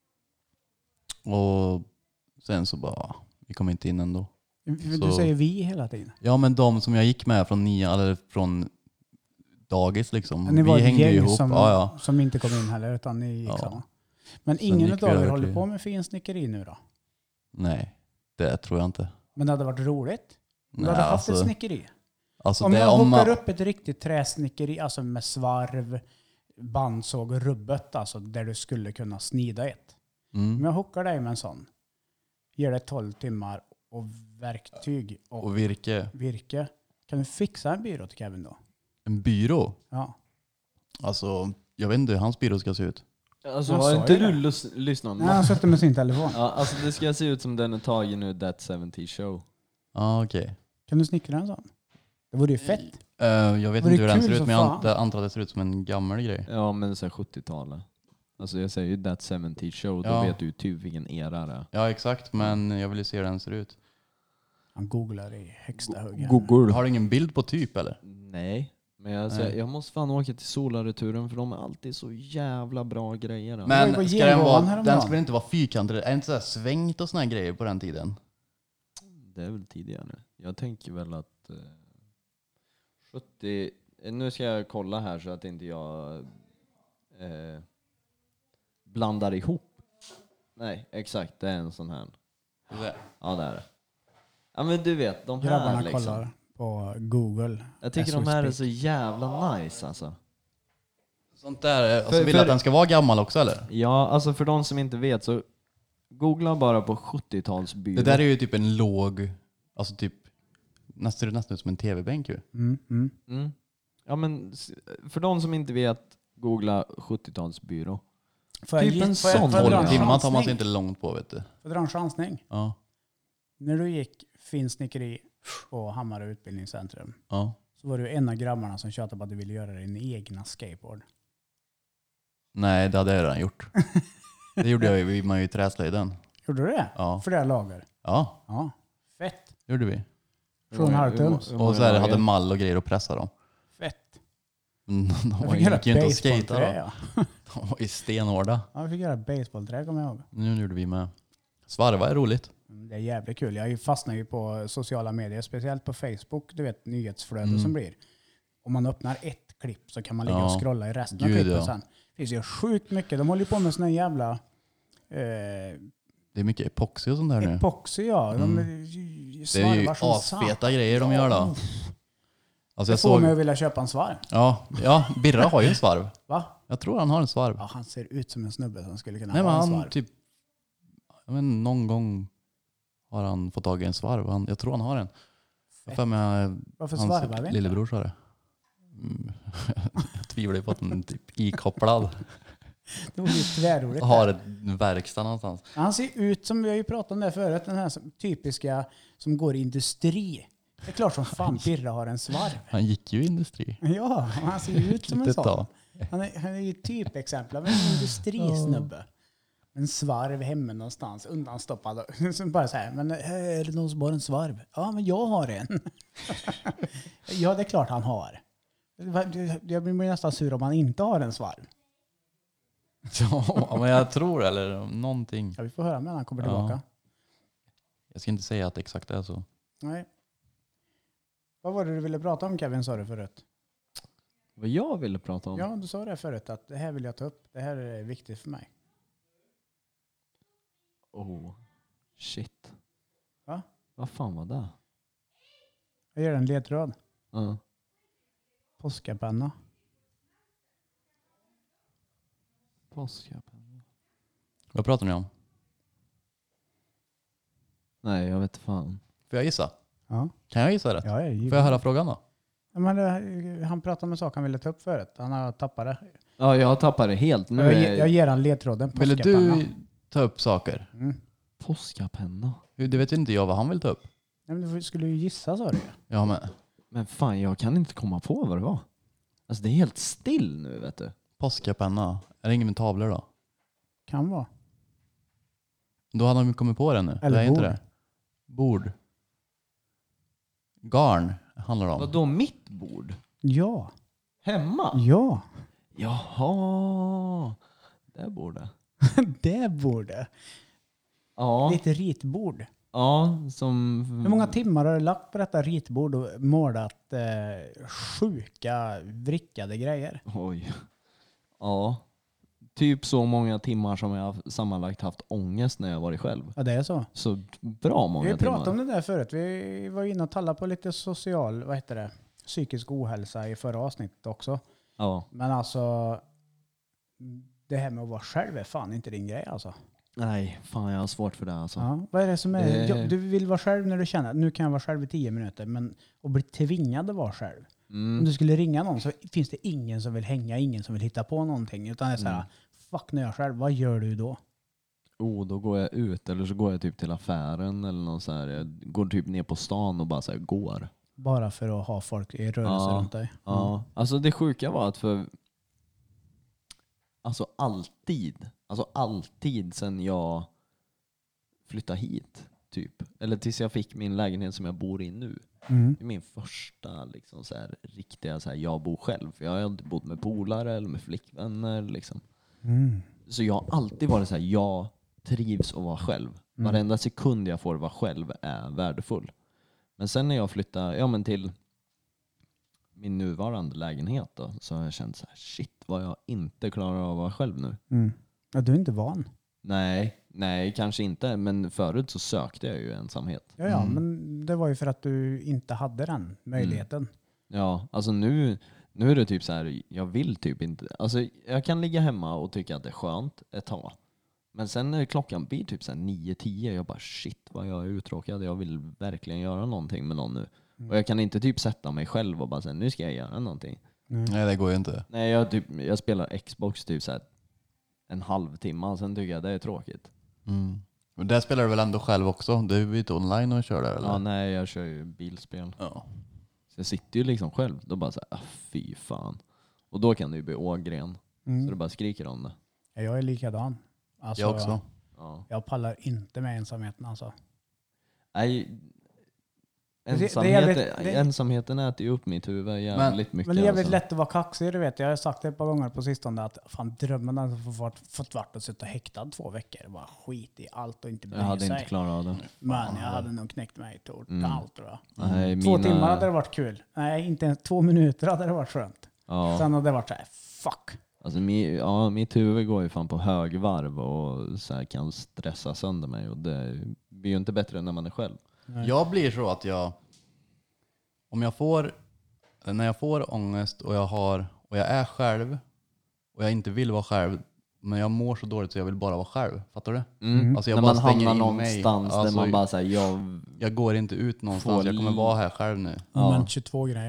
Och sen så bara, vi kom inte in ändå. Du säger vi hela tiden. Ja, men de som jag gick med från 9 eller från dagis liksom. Ni var vi hängde gäng ihop. Som inte kom in heller utan ni gick samma. Men Sen ingen gick av vi er över håller till- på med finsnickeri nu då? Nej, det tror jag inte. Men det hade varit roligt. Du Nej, hade haft ett alltså- snickeri. Alltså Om det jag om hookar upp ett riktigt träsnickeri, alltså med svarv, bandsåg och rubbet, alltså där du skulle kunna snida ett. Om jag hookar dig med en sån, ger det 12 timmar och verktyg och virke. Kan du fixa en byrå till Kevin då? En byrå? Ja. Alltså, jag vet inte hur hans byrå ska se ut. Alltså Jag har sa inte ju du det. lyssnat? Nej, han sitter med sin telefon. Ja, alltså det ska se ut som den är tagen ur That 70 Show. Ja, okej. Kan du snickra en sån? Det vore ju fett. Jag vet Var inte det hur den kul ser ut, som men fan? jag antar att det ser ut som en gammal grej. Ja, men så här 70-talet. Alltså jag säger ju That 70 Show, då Ja. vet du typ vilken era det är. Ja, exakt, men jag vill ju se hur den ser ut. Han googlar i högsta hugg. Google. Har du ingen bild på typ, eller? Nej. Men alltså, Nej. jag måste fan åka till Solarreturen för de är alltid så jävla bra grejer. Alltså. var ju Men på ska den Genomgången vara, häromdagen. den ska väl inte vara fyrkantig? Är det inte så här svängt och såna här grejer på den tiden? Det är väl tidigare. Jag tänker väl att 70... Nu ska jag kolla här så att inte jag blandar ihop. Nej, exakt. Det är en sån här. Ja, det är det. Ja, men du vet, de här Grabbarna liksom. kollar på Google. Jag tycker de här är så jävla nice alltså. Sånt där, alltså vill för- att den ska vara gammal också, eller? Ja, alltså för de som inte vet så googla bara på 70-talsbyrå. Det där är ju typ en låg, alltså typ nästan ut som en tv-bänk ju. Mm. Ja, men för de som inte vet, googla 70-talsbyrå. Typ en sån. 12 timmar tar man sig inte långt på, vet du. Får jag dra en chansning? Ja. När du gick finsnickeri på Hammarö utbildningscentrum Ja. så var du en av grabbarna som tjatade på att du ville göra din egna skateboard. Nej, det hade jag redan gjort. Det gjorde jag ju, man ju i träslöjden. Gjorde du det? Ja. För det här lager? Ja, Ja. Fett. gjorde vi. 7,5 tums. Och så här, hade mall och grejer att pressa dem. Fett. De Jag fick göra gick ju inte att skata basebollträ. då. Ja. De var ju stenhårda. Ja, jag fick göra basebollträ, kommer jag ihåg. Nu gjorde vi med. Svarva är roligt. Det är jävligt kul. Jag fastnar ju på sociala medier, speciellt på Facebook. Du vet, nyhetsflöden som blir. Om man öppnar ett klipp så kan man ligga och scrolla i resten av Gud, klippen ja. sen. Det finns ju sjukt mycket. De håller ju på med såna jävla Det är mycket epoxy och sånt där nu. epoxy, ja. De Det är ju svarvar som satan. asfeta grejer de gör då. Alltså Det jag får mig såg... att vilja köpa en svarv. Ja, Birra har ju en svarv. Va? Jag tror han har en svarv. Ja, han ser ut som en snubbe som skulle kunna Nej, men ha en han svarv. typ... Jag vet, inte, någon gång har han fått tag i en svarv. Jag tror han har en. Jag för mig Varför svarvar vi hans inte? lillebror sa det. tvivlar på att den är typ ikopplad. Det var ju tvärroligt. Har ett verkstad någonstans. Han ser ut som, vi har ju pratat om det förut, den här typiska som går i industri. Det är klart som fan Birra har en svarv. Han gick ju i industri. Ja, han ser ju ut som en sån. Han är ju typexempel av en industrisnubbe. En svarv hemma någonstans, undanstoppad. Som bara så här, men är det någon som har en svarv? Ja, men jag har en. Ja, det är klart han har. Jag blir nästan sur om han inte har en svarv. Ja, men jag tror eller någonting. Ja, vi får höra när han kommer tillbaka. Jag ska inte säga att exakt det är så. Nej. Vad var det du ville prata om, Kevin, sa du förut? Vad jag ville prata om? Ja, du sa det förut att det här vill jag ta upp. Det här är viktigt för mig. Oh, shit. Va? Vad fan var det? Jag gör en ledtråd. Ja. Påskapenna. Påskapenna. Vad pratar ni om? Nej, jag vet fan. Får jag gissa? Ja. Kan jag gissa rätt? Ja, Får jag höra frågan då? Ja, men han pratade om en sak han ville ta upp förut. Han har tappat det. Ja, jag tappade det helt. Nu jag ger han ledtråden. Ville du ta upp saker? Påskapenna. Det vet inte jag vad han vill ta upp. Nej, men du skulle ju gissa, sa du. Ja, Men fan, jag kan inte komma på vad det var. Alltså det är helt still nu, vet du. Påskapenna. Är det ingen med tavlor då? Kan vara. Då hade de kommit på det nu. Eller det är bord. inte det. Bord. Garn handlar det om. Vadå mitt bord? Ja. Hemma? Ja. Jaha. Det borde. Det borde. Ja. Lite ritbord. Ja, som... Hur många timmar har du lagt på detta ritbord och målat sjuka, vrickade grejer? Oj. Ja. Typ så många timmar som jag sammanlagt haft ångest när jag varit själv. Ja, det är så. Så bra många timmar. Vi pratade om det där förut. Vi var inne och tallade på lite social, psykisk ohälsa i förra avsnittet också. Ja. Men alltså, det här med att vara själv är fan inte din grej alltså. Nej, fan jag har svårt för det alltså. Ja, vad är det som är? Du vill vara själv när du känner att nu kan jag vara själv i 10 minuter, men att bli tvingad att vara själv. Om du skulle ringa någon så finns det ingen som vill hänga, ingen som vill hitta på någonting. Utan det är så här, fuck när jag är själv, vad gör du då? Då går jag ut eller så går jag typ till affären eller något så här. Jag går typ ner på stan och bara så här går. Bara för att ha folk i rörelse runt dig? Ja, alltså det sjuka var att för alltid sen jag flyttade hit typ, eller tills jag fick min lägenhet som jag bor i nu. Det är min första liksom så här riktiga så här, jag bor själv. För jag har inte bott med polare eller med flickvänner liksom. Så jag har alltid varit så här, jag trivs att vara själv. Varenda sekund jag får vara själv är värdefull. Men sen när jag flyttade till min nuvarande lägenhet då, så har jag känt så här, shit vad jag inte klarar av att vara själv nu. Ja, du är inte van. Nej, kanske inte. Men förut så sökte jag ju ensamhet. Ja, men det var ju för att du inte hade den möjligheten. Ja, alltså nu är det typ så här, jag vill typ inte. Alltså jag kan ligga hemma och tycka att det är skönt ett tag. Men sen när klockan blir typ så här 9-10, jag bara shit vad jag är uttråkad. Jag vill verkligen göra någonting med någon nu. Och jag kan inte typ sätta mig själv och bara säga nu ska jag göra någonting. Nej, det går ju inte. Nej, jag spelar Xbox typ så här en halvtimme, sen tycker jag det är tråkigt. Men där spelar du väl ändå själv också? Du är ju inte online och kör där eller? Ja, nej, jag kör ju bilspel. Ja. Så jag sitter ju liksom själv. Då bara så här, fy fan. Och då kan det ju bli ågren. Så det bara skriker om det. Ja, jag är likadan. Alltså, Jag också. Ja. Jag pallar inte med ensamheten alltså. Nej, ensamheten äter ju upp mitt huvud jävligt mycket. Men det är jävligt alltså. lätt att vara kaxig, du vet. Jag har sagt det ett par gånger på sistone att fan drömmen har fått vart att sitta häktad 2 veckor. Bara skit i allt och inte bry sig. Jag hade inte klarat av det. Men jag hade nog knäckt mig totalt tror jag. Nej, 2 timmar hade det varit kul. Nej, inte ens 2 minuter hade det varit skönt. Ja. Sen hade det varit så här, fuck. Alltså mitt huvud går ju fan på högvarv och så här kan stressa sönder mig. Och det blir ju inte bättre när man är själv. Nej. Jag blir så att när jag får ångest och jag är själv och jag inte vill vara själv, men jag mår så dåligt så jag vill bara vara själv. Fattar du? Alltså jag när bara man stänger hamnar in mig. någonstans där Alltså, man bara säger jag går inte ut någonstans. Jag kommer vara här själv nu. Moment 22-grejen.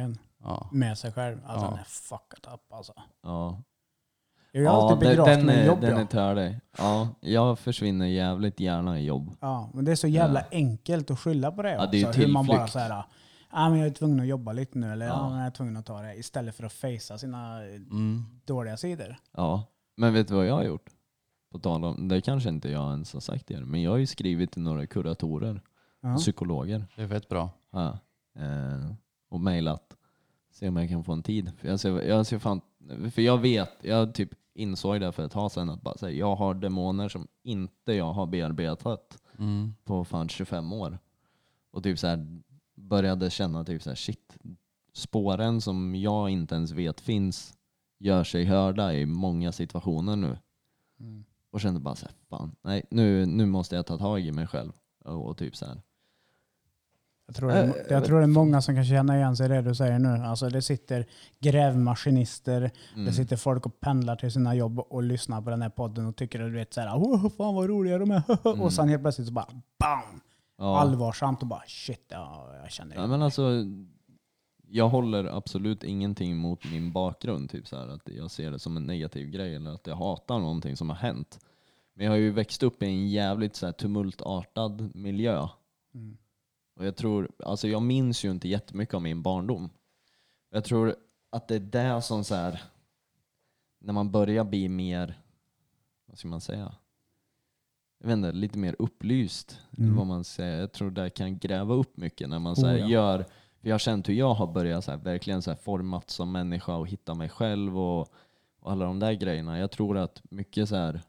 med sig själv. Alltså den är fucked up alltså. Ja. Jag är alltid begravt med jobb. Den är tördig. Ja, jag försvinner jävligt gärna i jobb. Ja, men det är så jävla enkelt att skylla på det. Ja, det är hur man bara tillflykt. säger, men jag är tvungen att jobba lite nu. Eller jag är tvungen att ta det. Istället för att facea sina dåliga sidor. Ja, men vet du vad jag har gjort? På tal om, det kanske inte jag ens har sagt det, men jag har ju skrivit till några kuratorer, psykologer. Det är fett bra. Ja. Och mejlat. Se om jag kan få en tid. För jag ser fan, för jag typ insåg det för ett tag sedan att bara säga, jag har demoner som inte jag har bearbetat på fan 25 år. Och typ så här började känna typ så här, shit, spåren som jag inte ens vet finns gör sig hörda i många situationer nu. Och kände bara så här, fan, nej, nu måste jag ta tag i mig själv. Och typ så här. Jag tror det är många som kan känna igen sig i det du säger nu. Alltså det sitter grävmaskinister, det sitter folk och pendlar till sina jobb och lyssnar på den här podden och tycker att du vet såhär, fan vad roliga de är. Och sen helt plötsligt så bara, bam! Ja. Allvarsamt och bara, shit, jag känner det. Ja, men alltså, jag håller absolut ingenting mot min bakgrund. Typ så här, att jag ser det som en negativ grej eller att jag hatar någonting som har hänt. Men jag har ju växt upp i en jävligt så här tumultartad miljö. Och jag tror, alltså jag minns ju inte jättemycket av min barndom. Jag tror att det är det som så här, när man börjar bli mer, vad ska man säga? Jag vet inte, lite mer upplyst. Eller vad man säger. Jag tror det kan gräva upp mycket när man så här, gör, för jag har känt hur jag har börjat så här, verkligen så här, format som människa och hitta mig själv och alla de där grejerna. Jag tror att mycket så här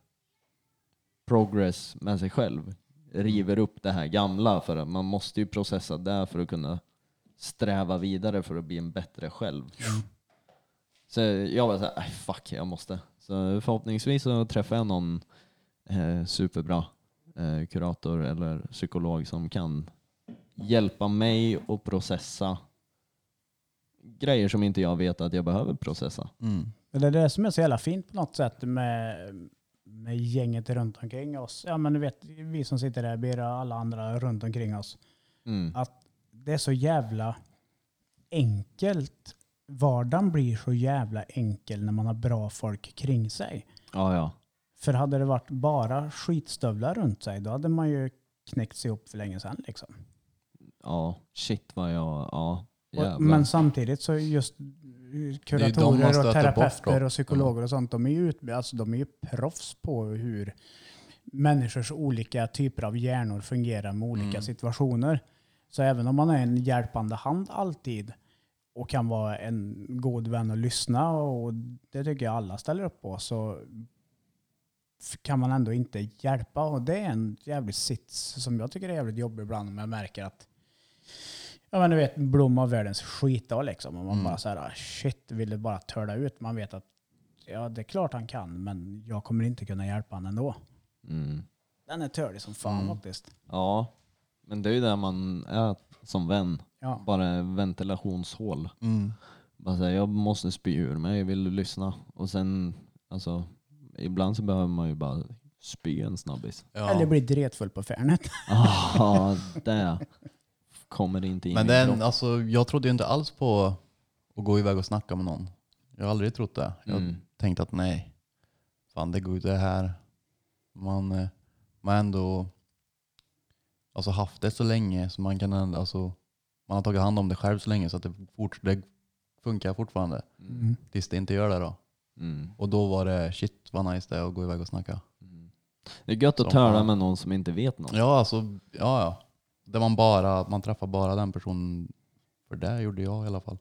progress med sig själv river upp det här gamla, för att man måste ju processa det för att kunna sträva vidare för att bli en bättre själv. Så jag var såhär, fuck, jag måste. Så förhoppningsvis så träffar jag någon superbra kurator eller psykolog som kan hjälpa mig att processa grejer som inte jag vet att jag behöver processa. Det är det som är så jävla fint på något sätt med gänget runt omkring oss. Ja, men du vet, vi som sitter där, Birra, alla andra runt omkring oss. Att det är så jävla enkelt. Vardagen blir så jävla enkel när man har bra folk kring sig. Ja. För hade det varit bara skitstövlar runt sig, då hade man ju knäckt sig upp för länge sedan liksom. Ja, shit vad jag... Ja, men samtidigt så just kuratorer och terapeuter och psykologer och sånt, de är ju proffs på hur människors olika typer av hjärnor fungerar med olika situationer. Så även om man är en hjälpande hand alltid och kan vara en god vän och lyssna, och det tycker jag alla ställer upp på, så kan man ändå inte hjälpa. Och det är en jävligt sits som jag tycker är jävligt jobbig ibland, om jag märker att du vet, blom av världens skitdag liksom. Och man bara såhär, shit, vill det bara törda ut. Man vet att det är klart han kan, men jag kommer inte kunna hjälpa han ändå. Den är tördig som fan faktiskt. Ja, men det är ju där man är som vän. Ja. Bara ventilationshål. Bara säga, jag måste spy ur mig, vill du lyssna? Och sen, alltså, ibland så behöver man ju bara spy en snabbis. Ja. Eller bli dretfull på Färnet. Ja, det kommer inte in. Men alltså, jag trodde ju inte alls på att gå iväg och snacka med någon. Jag har aldrig trott det. Jag tänkte att nej, fan det går ju det här. Man ändå alltså haft det så länge så man kan alltså, man har tagit hand om det själv så länge så att det funkar fortfarande. Tills det inte gör det då. Och då var det shit vad nice det är att gå iväg och snacka. Det är gött att töra med någon som inte vet något. Ja, alltså, ja. Där man träffar bara den personen, för det gjorde jag i alla fall.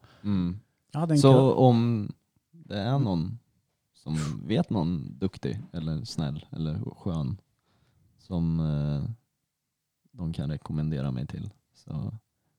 Så om det är någon som vet någon duktig eller snäll eller skön som de kan rekommendera mig till, så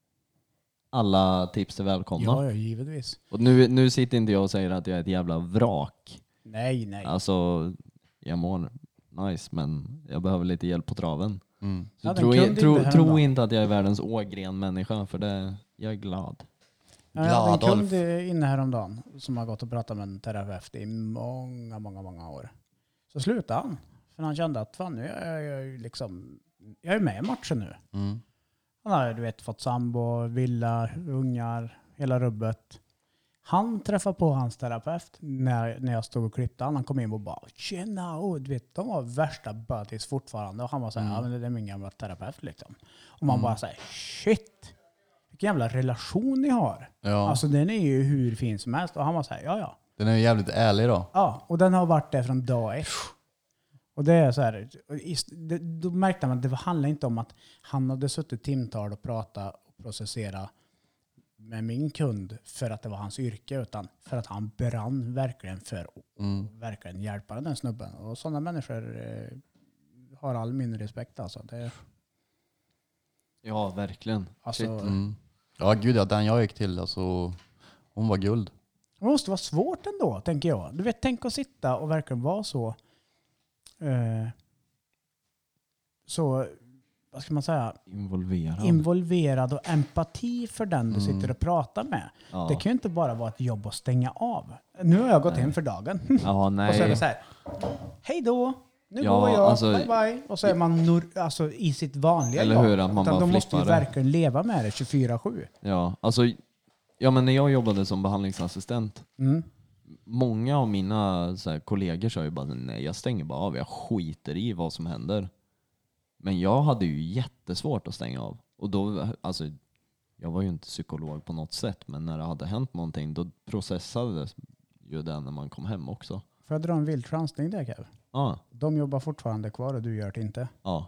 alla tips är välkomna. Ja, givetvis. Och nu sitter inte jag och säger att jag är ett jävla vrak. Nej. Alltså, jag mår nice, men jag behöver lite hjälp på traven. Så tro inte att jag är världens Ågren-människa, för jag är glad. Jag hade en kund inne häromdagen som har gått och pratat med en terapeut i många år. Så slutade han. För han kände att fan, nu jag är med i matchen nu. Han har fått sambo, villa, ungar, hela rubbet. Han träffade på hans terapeut när jag stod och klippte. Han kom in och bara tjena, och du vet, de var värsta buddies fortfarande. Och han var såhär, ja men det är min gamla terapeut liksom. Och man bara säger shit, vilken jävla relation ni har. Ja. Alltså den är ju hur fin som helst. Och han var såhär, ja. Den är ju jävligt ärlig då. Ja, och den har varit där från dag 1. Och det är så här, då märkte man att det handlar inte om att han hade suttit timtal och pratat och processera med min kund för att det var hans yrke, utan för att han brann verkligen för att verkligen hjälpa den snubben. Och sådana människor har all min respekt alltså. Ja, verkligen. Alltså, Ja, gud ja, den jag gick till, alltså, hon var guld. det måste vara svårt ändå, tänker jag. Du vet, tänk att sitta och verkligen vara så vad ska man säga, involverad och empati för den du sitter och pratar med. Ja. Det kan ju inte bara vara ett jobb att stänga av. Nu har jag gått hem för dagen. Ja, nej. Och så är det så här, hej då, nu går jag, alltså, bye bye. Och så är man alltså, i sitt vanliga eller hur, att man bara de måste ju verkligen leva med det 24/7. Ja, alltså, men när jag jobbade som behandlingsassistent, många av mina så här, kollegor sa ju bara, nej jag stänger bara av, jag skiter i vad som händer. Men jag hade ju jättesvårt att stänga av. Och då, alltså, jag var ju inte psykolog på något sätt, men när det hade hänt någonting, då processades ju det när man kom hem också. Får jag dra en vild chansning där, Kev? Ja. De jobbar fortfarande kvar och du gör det inte. Ja,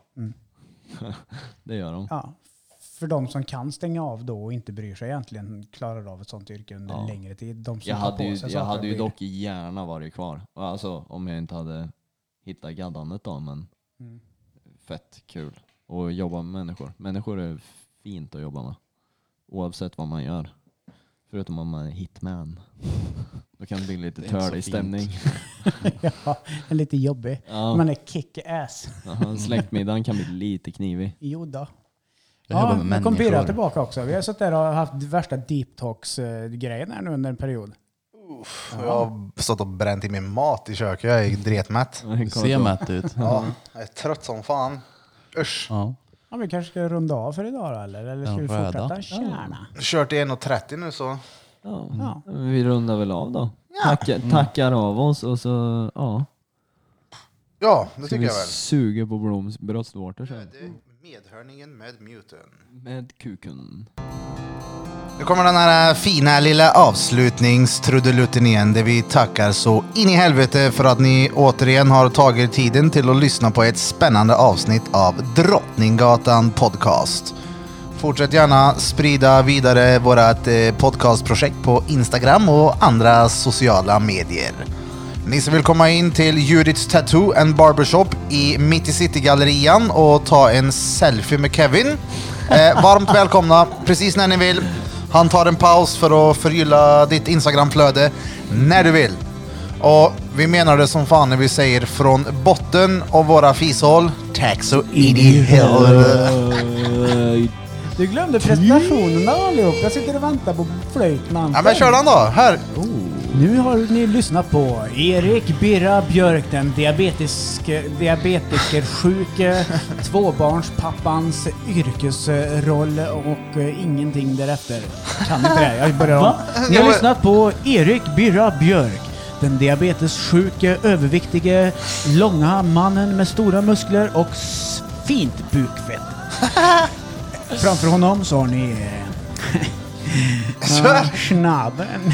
det gör de. Ja. För de som kan stänga av då och inte bryr sig egentligen klarar av ett sånt yrke under en längre tid. De som jag hade ju dock gärna varit kvar. Alltså om jag inte hade hittat gaddandet då, men fett kul. Och jobba med människor. Människor är fint att jobba med. Oavsett vad man gör. Förutom om man är hitman. Då kan det bli lite törlig stämning. Ja, en lite jobbig. Ja. Man är kick-ass. Släktmiddagen kan bli lite knivig. Jo då. Ja, nu kom Birra tillbaka också. Vi har suttit där och haft värsta deep talks-grejen här nu under en period. Jag har stått och bränt i min mat i köket. Jag är dretmätt. Det ser mätt ut. Ja, jag är trött som fan. Usch. Ja. Ja, vi kanske ska runda av för idag då, eller ska vi fortsätta kärna? Kört i 1.30 nu så. Ja. Vi rundar väl av då. Ja. Tackar av oss och så, Ja, det tycker jag väl. Suger på Bloms bröstvårtor sen. Medhörningen med muten. Med kuken. Nu kommer den här fina lilla avslutningstrudelutten igen, där vi tackar så in i helvete för att ni återigen har tagit tiden till att lyssna på ett spännande avsnitt av Drottninggatan podcast. Fortsätt gärna sprida vidare vårat podcastprojekt på Instagram och andra sociala medier. Ni som vill komma in till Judiths Tattoo and Barbershop i Mitt i City-gallerian och ta en selfie med Kevin. Varmt välkomna precis när ni vill. Han tar en paus för att förgylla ditt Instagramflöde när du vill. Och vi menar det som fan när vi säger från botten av våra fishåll. Tack så in i helvete. Du glömde presentationen då allihop. Jag sitter och väntar på flöjtmanten. Ja men kör den då, här. Nu har ni lyssnat på Erik Birra Björk, den diabetikersjuke tvåbarnspappans yrkesroll och ingenting därefter. Kan inte det? Jag börjar om. Ni har lyssnat på Erik Birra Björk, den diabetessjuke, överviktige, långa mannen med stora muskler och fint bukfett. Framför honom så har ni Snabben.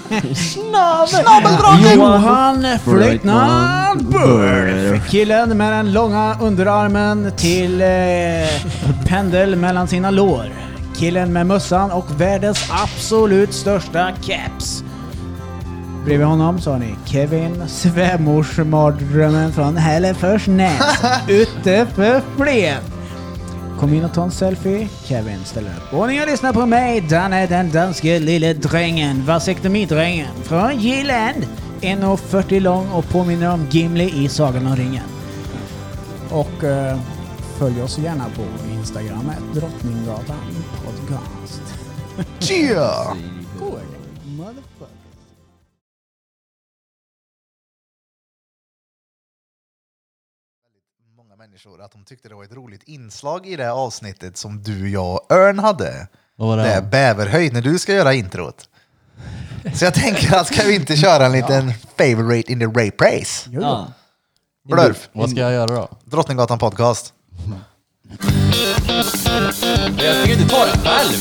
Johan Flöjtnant Burf. Killen med den långa underarmen till pendel mellan sina lår. Killen med mössan och världens absolut största caps. Bredvid honom så har ni Kevin, svärmorsmardrömmen från Hälleforsnäs. Ute för fler. Kom in och ta en selfie. Kevin ställer upp. Och ni har lyssnat på mig, Danne, den danske lille drängen, vasektomidrängen från Jylland. 1,40 lång och påminner om Gimli i Sagan om ringen. Och följ oss gärna på Instagram @Drottninggatan podcast. Yeah! Good motherfucker. Människor att de tyckte det var ett roligt inslag i det avsnittet som du, jag och Örn hade. Vad var det? Det är bäverhöjd när du ska göra introt. Så jag tänker att ska vi inte köra en liten favorite in the rape race? Ja. Blurf. Vad ska jag göra då? Drottninggatan podcast. Jag tycker inte ta det själv.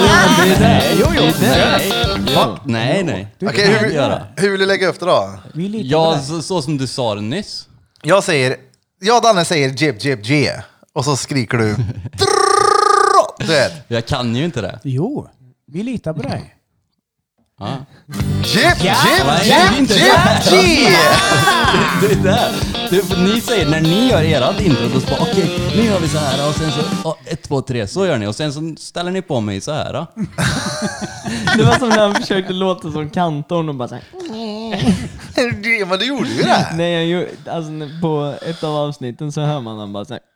Nej. Okej, hur vill du lägga upp det då? Ja, så som du sa det nyss. Danne säger jib, G. Och så skriker du. Du vet. Jag kan ju inte det. Jo, vi litar på dig. Ja. Jib, G. Det är där. Ni säger när ni gör ert intro, då bara okej, nu gör vi så här och sen så 1, 2, 3, så gör ni och sen så ställer ni på mig så här. Det var som när han försökte låta som kantorn och bara så här. Men du gjorde ju det. Nej, alltså på ett av avsnitten så hör man han bara så här.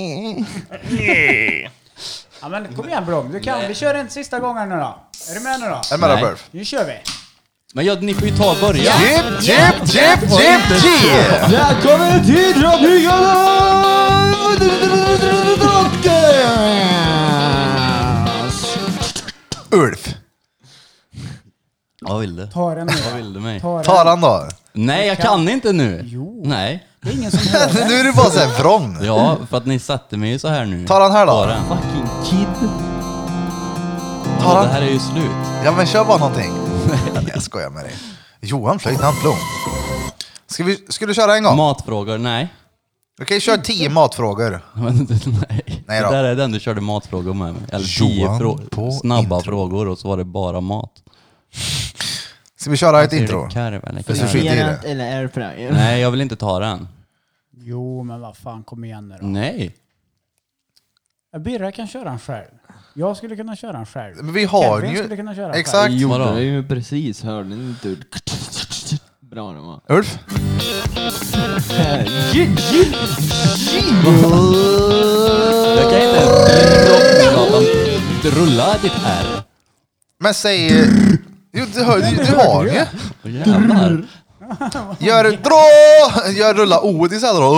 Ja, men kom igen Blom, du kan. Vi kör en sista gången nu då. Är du med nu då? Är du med då, Burf? Nu kör vi. Men ni får ju ta och börja. Jib, G. Välkommen till Drottninggatan! Ulf. Vad vill du? Ta den nu. Vad vill du mig? Ta den då. Nej, jag kan inte nu. Jo. Nej. Det är ingen som hör det. Nu är du bara så här vrång. Ja, för att ni satte mig ju så här nu. Ta den här då. Ta den. Fucking kid. Ja, det här är ju slut. Ja, men kör bara någonting. Jag skojar med dig. Johan flöjt handplom. Ska du köra en gång? Matfrågor, nej. Okej, kör 10 matfrågor. Men, nej. Nej då. Det där är den du körde matfrågor med mig. Eller 10 snabba frågor och så var det bara mat. Ska vi köra ett intro? För så skit i det. Eller airfryer. Nej, jag vill inte ta den. Jo, men vad fan, kom igen nu då. Nej. Birra kan köra den själv. Jag skulle kunna köra den själv. Men vi har Kevin ju... skulle kunna köra den Exakt. själv. Jo, Vadå? det är ju precis. Hörde ni inte? Bra det var. Ulf? Jag kan inte rulla ditt R. Men säg... Jo, du har ju. Jävlar. Gör rulla O istället då.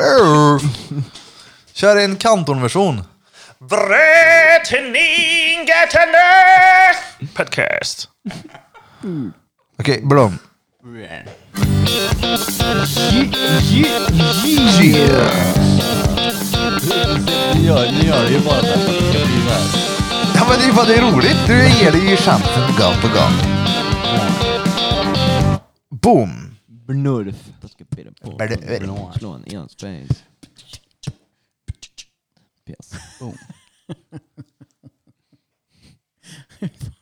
Kör en kantonversion. Drottninggatan podcast. Okej, Blom. Ni gör det ju bara så att det ska bli så här. Ja, men det är bara det är roligt. Du ger dig ju chansen gång på gång. Boom. Bnurf. Jag ska pilla på. Blurf. Slå en enspace. Pes. Boom.